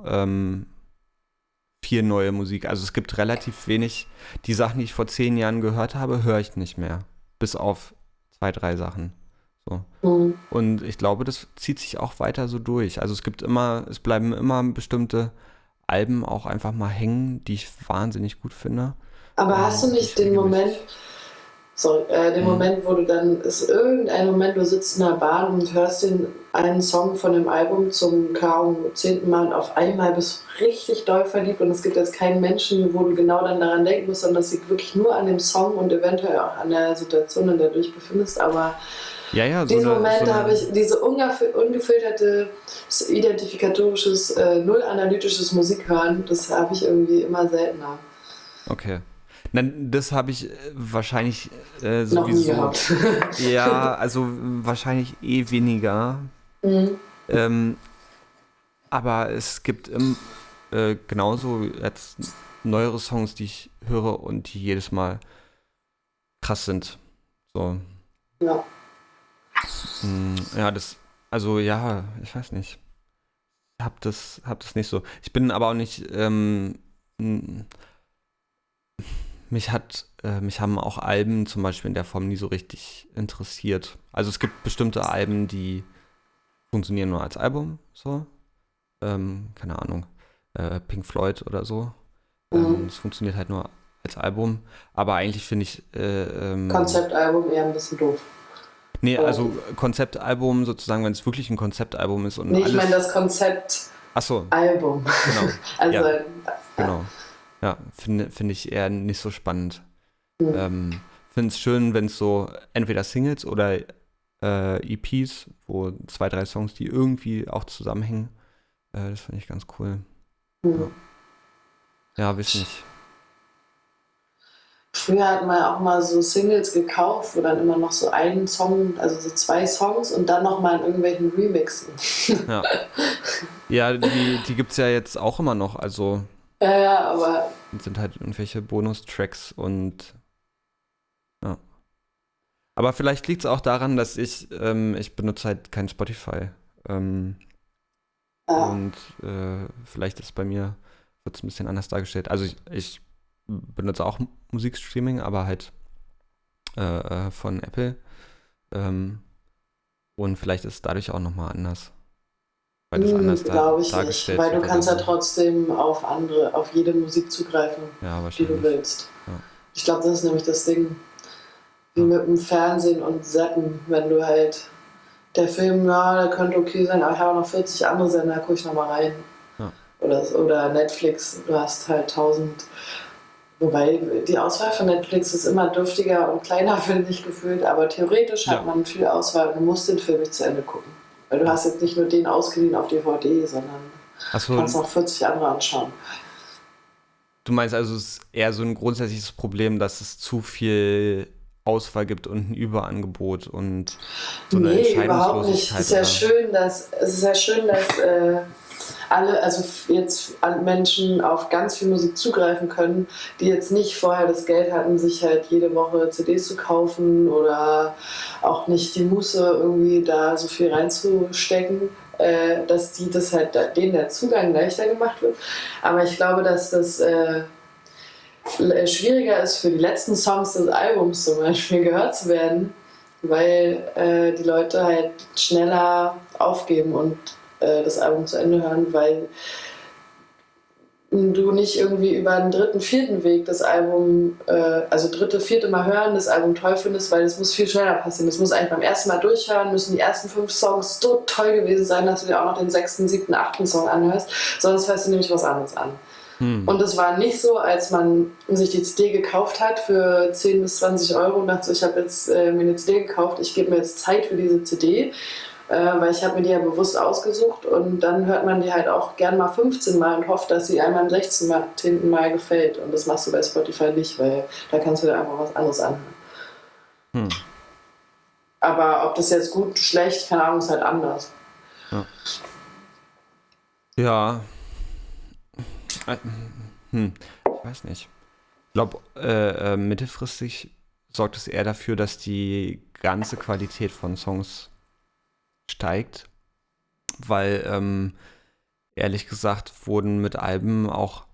viel neue Musik. Also es gibt relativ wenig. Die Sachen, die ich vor 10 Jahren gehört habe, höre ich nicht mehr. Bis auf 2, 3 Sachen. So. Und ich glaube, das zieht sich auch weiter so durch. Also es bleiben immer bestimmte Alben auch einfach mal hängen, die ich wahnsinnig gut finde. Aber hast du nicht den Moment, Moment, wo du dann, ist irgendein Moment, du sitzt in der Bahn und hörst einen Song von dem Album zum kaum 10. Mal und auf einmal bist du richtig doll verliebt und es gibt jetzt keinen Menschen, wo du genau dann daran denken musst, sondern es liegt wirklich nur an dem Song und eventuell auch an der Situation, in der du dich befindest, aber diese Momente habe ich, diese ungefilterte, identifikatorisches, null analytisches Musikhören, das habe ich irgendwie immer seltener. Okay. Nein, das habe ich wahrscheinlich sowieso. Noch nie gehabt. Ja, also wahrscheinlich weniger. Aber es gibt genauso jetzt neuere Songs, die ich höre und die jedes Mal krass sind. So. Ja. Ja, ich weiß nicht. Ich hab das nicht so. Ich bin aber auch nicht, mich haben auch Alben zum Beispiel in der Form nie so richtig interessiert. Also es gibt bestimmte Alben, die funktionieren nur als Album, so. Keine Ahnung, Pink Floyd oder so. Es funktioniert halt nur als Album. Aber eigentlich finde ich Konzeptalbum eher ein bisschen doof. Nee, also Konzeptalbum sozusagen, wenn es wirklich ein Konzeptalbum ist und nee, alles. Ich meine das Konzept Genau. Also Genau. Ja, finde ich eher nicht so spannend. Hm. Finde es schön, wenn es so entweder Singles oder EPs, wo 2, 3 Songs, die irgendwie auch zusammenhängen. Das finde ich ganz cool. Hm. Ja, ja, weiß nicht. Früher hat man auch mal so Singles gekauft, wo dann immer noch so einen Song, also so 2 Songs und dann nochmal in irgendwelchen Remixen. Ja, ja die gibt es ja jetzt auch immer noch. Also Ja, aber sind halt irgendwelche Bonustracks und ja. Aber vielleicht liegt es auch daran, dass ich benutze halt kein Spotify. Ähm, ja, und vielleicht ist bei mir, wird es ein bisschen anders dargestellt. Also ich benutze auch Musikstreaming, aber halt von Apple. Ähm, und vielleicht ist es dadurch auch nochmal anders. Weil das anders glaube ich nicht, dargestellt weil du wird oder kannst ja so. trotzdem auf jede Musik zugreifen, Ja, die du wahrscheinlich. willst. Ja. Ich glaube, das ist nämlich das Ding, wie Ja. mit dem Fernsehen und Zappen, wenn du halt, der Film, ja, der könnte okay sein, aber ich habe noch 40 andere Sender, gucke ich nochmal rein. Ja. Oder Netflix, du hast halt 1000. Wobei die Auswahl von Netflix ist immer dürftiger und kleiner, finde ich, gefühlt. Aber theoretisch hat Ja. man viel Auswahl und du musst den Film nicht zu Ende gucken. Weil du hast jetzt nicht nur den ausgeliehen auf DVD, sondern Achso, kannst noch 40 andere anschauen. du meinst also, es ist eher so ein grundsätzliches Problem, dass es zu viel Auswahl gibt und ein Überangebot und so eine Nee, überhaupt nicht. Entscheidungslosigkeit oder. Es ist ja schön, dass also jetzt Menschen auf ganz viel Musik zugreifen können, die jetzt nicht vorher das Geld hatten, sich halt jede Woche CDs zu kaufen oder auch nicht die Muße irgendwie da so viel reinzustecken, dass die das halt denen der Zugang leichter gemacht wird. Aber ich glaube, dass das schwieriger ist für die letzten Songs des Albums zum Beispiel gehört zu werden, weil die Leute halt schneller aufgeben und das Album zu Ende hören, weil du nicht irgendwie über einen dritten, vierten Weg das Album, also dritte, vierte Mal hören, das Album toll findest, weil das muss viel schneller passieren. Das muss eigentlich beim ersten Mal durchhören, müssen die ersten 5 Songs so toll gewesen sein, dass du dir auch noch den 6., 7., 8. Song anhörst, sonst hörst du nämlich was anderes an. Und es war nicht so, als man sich die CD gekauft hat für 10 bis 20 Euro und dachte so, ich habe jetzt mir eine CD gekauft, ich gebe mir jetzt Zeit für diese CD, weil ich habe mir die ja bewusst ausgesucht und dann hört man die halt auch gern mal 15 Mal und hofft, dass sie einmal im 16. Mal gefällt. Und das machst du bei Spotify nicht, weil da kannst du dir einfach was anderes anhören. Aber ob das jetzt gut, schlecht, keine Ahnung, ist halt anders. Ja. Ja. Ich weiß nicht. Ich glaube, mittelfristig sorgt es eher dafür, dass die ganze Qualität von Songs steigt, weil ehrlich gesagt wurden mit Alben auch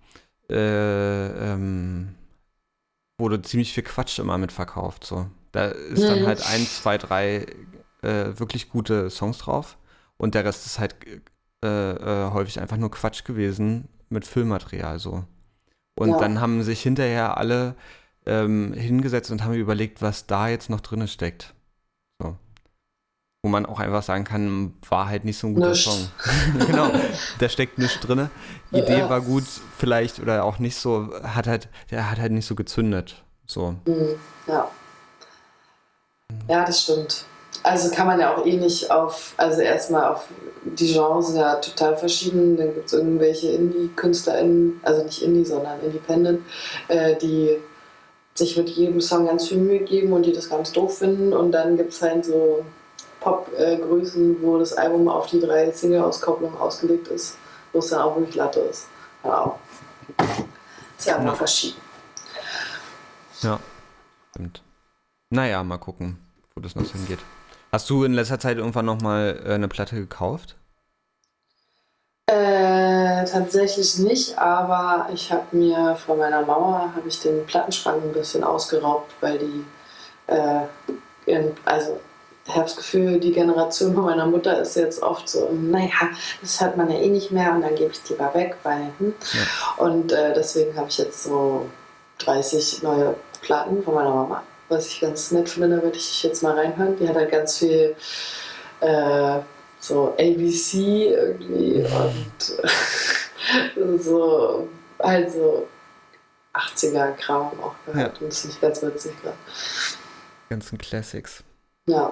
wurde ziemlich viel Quatsch immer mitverkauft. So. Da ist dann halt 1, 2, 3 wirklich gute Songs drauf und der Rest ist halt häufig einfach nur Quatsch gewesen mit Füllmaterial so. Und Ja. dann haben sich hinterher alle hingesetzt und haben überlegt, was da jetzt noch drin steckt. So. Wo man auch einfach sagen kann, war halt nicht so ein guter Nischt. Song. Genau, da steckt nichts drin. Idee war gut, vielleicht oder auch nicht so, der hat halt nicht so gezündet. So. Ja. Ja, das stimmt. Also kann man ja auch eh nicht also erstmal auf die Genres sind ja total verschieden. Dann gibt es irgendwelche Indie-KünstlerInnen, also nicht Indie, sondern Independent, die sich mit jedem Song ganz viel Mühe geben und die das ganz doof finden. Und dann gibt es halt so Pop-Größen, wo das Album auf die 3 Single-Auskopplungen ausgelegt ist, wo es dann auch wirklich Latte ist. Ja. Ist ja immer verschieden. Ja, stimmt. Naja, mal gucken, wo das noch so hingeht. Hast du in letzter Zeit irgendwann nochmal eine Platte gekauft? Tatsächlich nicht, aber ich habe mir von meiner Mama den Plattenschrank ein bisschen ausgeraubt, weil die, also ich habe das Gefühl, die Generation von meiner Mutter ist jetzt oft so, naja, das hört man ja eh nicht mehr und dann gebe ich es lieber weg, weil, Und deswegen habe ich jetzt so 30 neue Platten von meiner Mama, was ich ganz nett finde, da würde ich jetzt mal reinhören. Die hat halt ganz viel so ABC irgendwie und so halt so 80er-Kram auch gehört. Und das finde ich ganz witzig gerade. Ganzen Classics. Ja.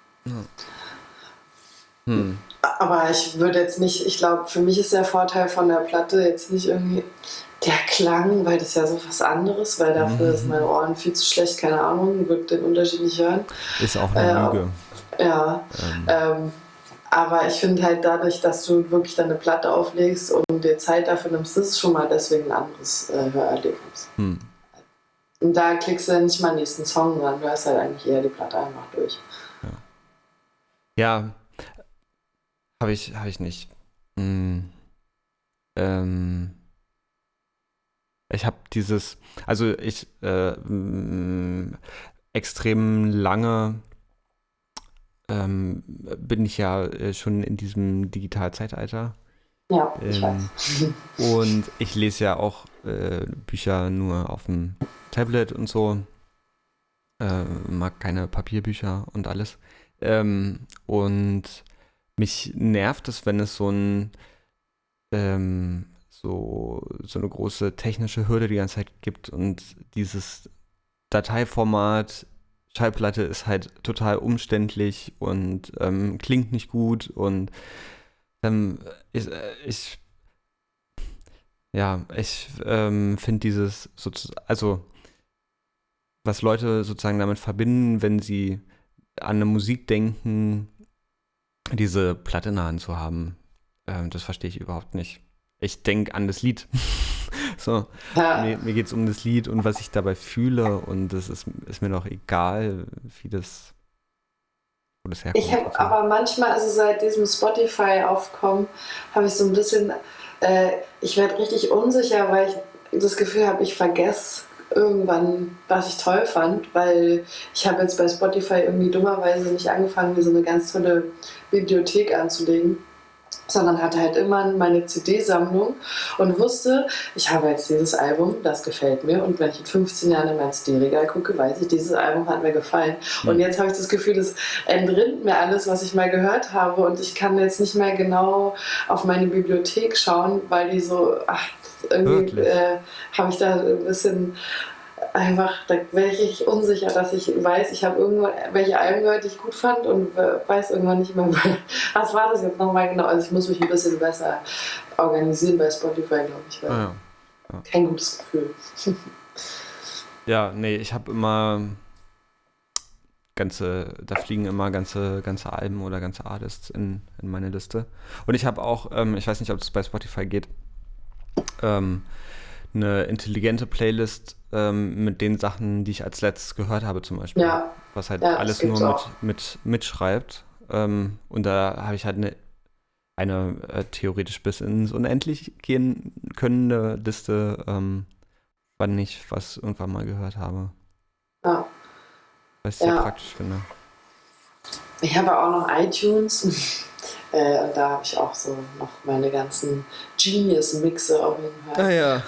Hm. Aber ich würde jetzt nicht, ich glaube, für mich ist der Vorteil von der Platte jetzt nicht irgendwie der Klang, weil das ist ja so was anderes, weil dafür ist meine Ohren viel zu schlecht, keine Ahnung, würde den Unterschied nicht hören. Ist auch eine Lüge. Ja, aber ich finde halt dadurch, dass du wirklich deine Platte auflegst und dir Zeit dafür nimmst, das ist schon mal deswegen ein anderes Hörerlebnis. Und da klickst du dann nicht mal den nächsten Song, sondern du hörst halt eigentlich eher die Platte einfach durch. Ja, habe ich nicht. Ich habe extrem lange bin ich ja schon in diesem Digitalzeitalter. Ja, ich weiß. Und ich lese ja auch Bücher nur auf dem Tablet und so. Mag keine Papierbücher und alles. Und mich nervt es, wenn es so eine große technische Hürde die ganze Zeit gibt und dieses Dateiformat Schallplatte ist halt total umständlich und klingt nicht gut und ich finde dieses also was Leute sozusagen damit verbinden, wenn sie an eine Musik denken, diese Platte in der Hand zu haben, das verstehe ich überhaupt nicht. Ich denke an das Lied. So, mir geht es um das Lied und was ich dabei fühle und das ist mir doch egal, wo das herkommt. Ich habe aber manchmal, also seit diesem Spotify-Aufkommen, habe ich so ein bisschen, ich werde richtig unsicher, weil ich das Gefühl habe, ich vergesse irgendwann, was ich toll fand, weil ich habe jetzt bei Spotify irgendwie dummerweise nicht angefangen, mir so eine ganz tolle Bibliothek anzulegen, sondern hatte halt immer meine CD-Sammlung und wusste, ich habe jetzt dieses Album, das gefällt mir und wenn ich in 15 Jahren in mein CD-Regal gucke, weiß ich, dieses Album hat mir gefallen. Und jetzt habe ich das Gefühl, das entrinnt mir alles, was ich mal gehört habe und ich kann jetzt nicht mehr genau auf meine Bibliothek schauen, weil die so, irgendwie habe ich da ein bisschen einfach, da wäre ich richtig unsicher, dass ich weiß, ich habe irgendwann welche Alben gehört, die ich gut fand und weiß irgendwann nicht mehr, was war das jetzt nochmal genau. Also ich muss mich ein bisschen besser organisieren bei Spotify, glaube ich, weil kein gutes Gefühl. Ja, nee, ich habe immer da fliegen immer ganze Alben oder ganze Artists in meine Liste. Und ich habe auch, ich weiß nicht, ob das bei Spotify geht, eine intelligente Playlist mit den Sachen, die ich als letztes gehört habe zum Beispiel. Ja. Was halt alles nur mitschreibt. Und da habe ich halt eine theoretisch bis ins Unendlich gehen könnende Liste, wann ich was irgendwann mal gehört habe. Ja. Was ich sehr praktisch finde. Ich habe auch noch iTunes. Und da habe ich auch so noch meine ganzen Genius-Mixe auf jeden Fall. Ah ja.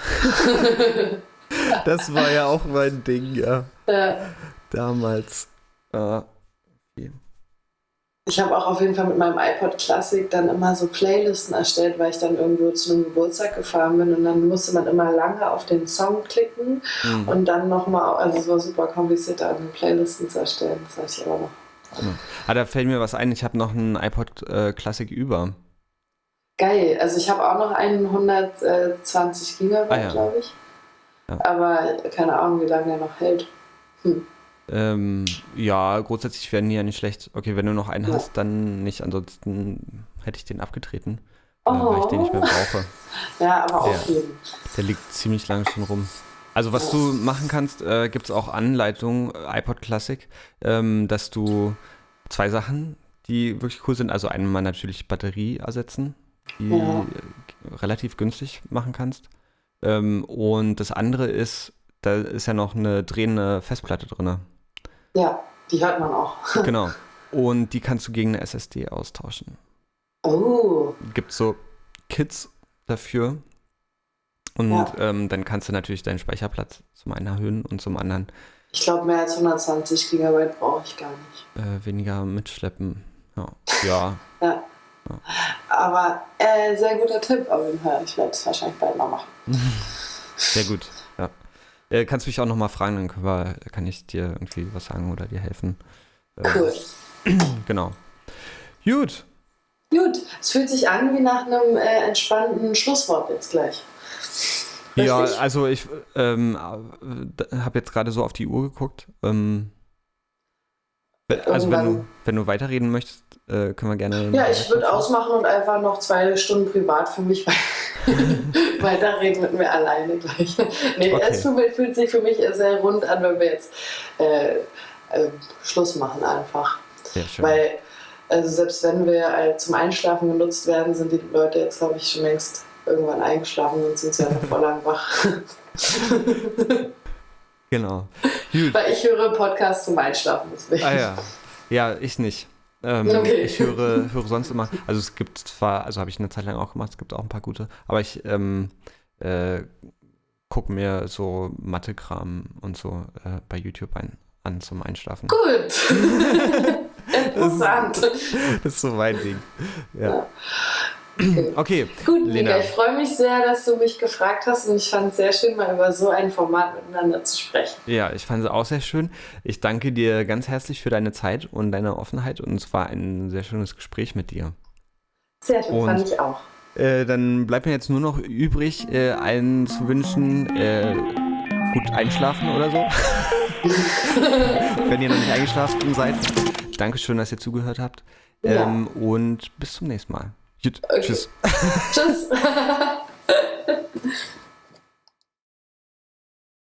Das war ja auch mein Ding, ja. Damals. Okay. Ich habe auch auf jeden Fall mit meinem iPod Classic dann immer so Playlisten erstellt, weil ich dann irgendwo zu einem Geburtstag gefahren bin und dann musste man immer lange auf den Song klicken und dann nochmal, also es war super kompliziert, da eine Playlisten zu erstellen, das weiß ich aber noch. Da fällt mir was ein, ich habe noch einen iPod Classic über. Geil, also ich habe auch noch einen 120 Gigabyte, glaube ich. Ja. Aber keine Ahnung, wie lange der noch hält. Ja, grundsätzlich werden die ja nicht schlecht. Okay, wenn du noch einen hast, dann nicht. Ansonsten hätte ich den abgetreten, weil ich den nicht mehr brauche. Ja, aber aufheben. Der liegt ziemlich lange schon rum. Also was du machen kannst, gibt es auch Anleitungen, iPod Classic, dass du 2 Sachen, die wirklich cool sind, also einmal natürlich Batterie ersetzen, die relativ günstig machen kannst. Und das andere ist, da ist ja noch eine drehende Festplatte drin. Ja, die hört man auch. Genau. Und die kannst du gegen eine SSD austauschen. Oh. Gibt so Kits dafür. Und dann kannst du natürlich deinen Speicherplatz zum einen erhöhen und zum anderen. Ich glaube, mehr als 120 Gigabyte brauche ich gar nicht. Weniger mitschleppen. Ja. Ja. Aber sehr guter Tipp auf jeden Fall. Ich werde es wahrscheinlich bald mal machen. Sehr gut, ja. Kannst du mich auch nochmal fragen, dann kann ich dir irgendwie was sagen oder dir helfen. Cool. Genau. Gut. Gut, es fühlt sich an wie nach einem entspannten Schlusswort jetzt gleich. Richtig? Ja, also ich habe jetzt gerade so auf die Uhr geguckt. Also wenn du weiterreden möchtest, können wir gerne... Ja, ich würde ausmachen und einfach noch 2 Stunden privat für mich weiterreden mit mir alleine gleich. Nee, Okay. es fühlt sich für mich sehr rund an, wenn wir jetzt Schluss machen einfach. Ja, schön. Weil, also selbst wenn wir zum Einschlafen genutzt werden, sind die Leute jetzt, glaube ich, schon längst irgendwann eingeschlafen und sind ja noch voll lang wach. Genau. Gut. Weil ich höre Podcasts zum Einschlafen, deswegen. Ah ja. Ja, ich nicht. Okay. Ich höre sonst immer, also es gibt zwar, also habe ich eine Zeit lang auch gemacht, es gibt auch ein paar gute, aber ich gucke mir so Mathe-Kram und so bei YouTube an zum Einschlafen. Gut. Interessant. Das ist so mein Ding. Ja. Okay, Gut, Lena. Mika, ich freue mich sehr, dass du mich gefragt hast und ich fand es sehr schön, mal über so ein Format miteinander zu sprechen. Ja, ich fand es auch sehr schön. Ich danke dir ganz herzlich für deine Zeit und deine Offenheit und es war ein sehr schönes Gespräch mit dir. Sehr schön, Und fand ich auch. Dann bleibt mir jetzt nur noch übrig, allen zu wünschen, gut einschlafen oder so. Wenn ihr noch nicht eingeschlafen seid. Dankeschön, dass ihr zugehört habt. Ja. Und bis zum nächsten Mal. Gut, Okay. Tschüss. Tschüss.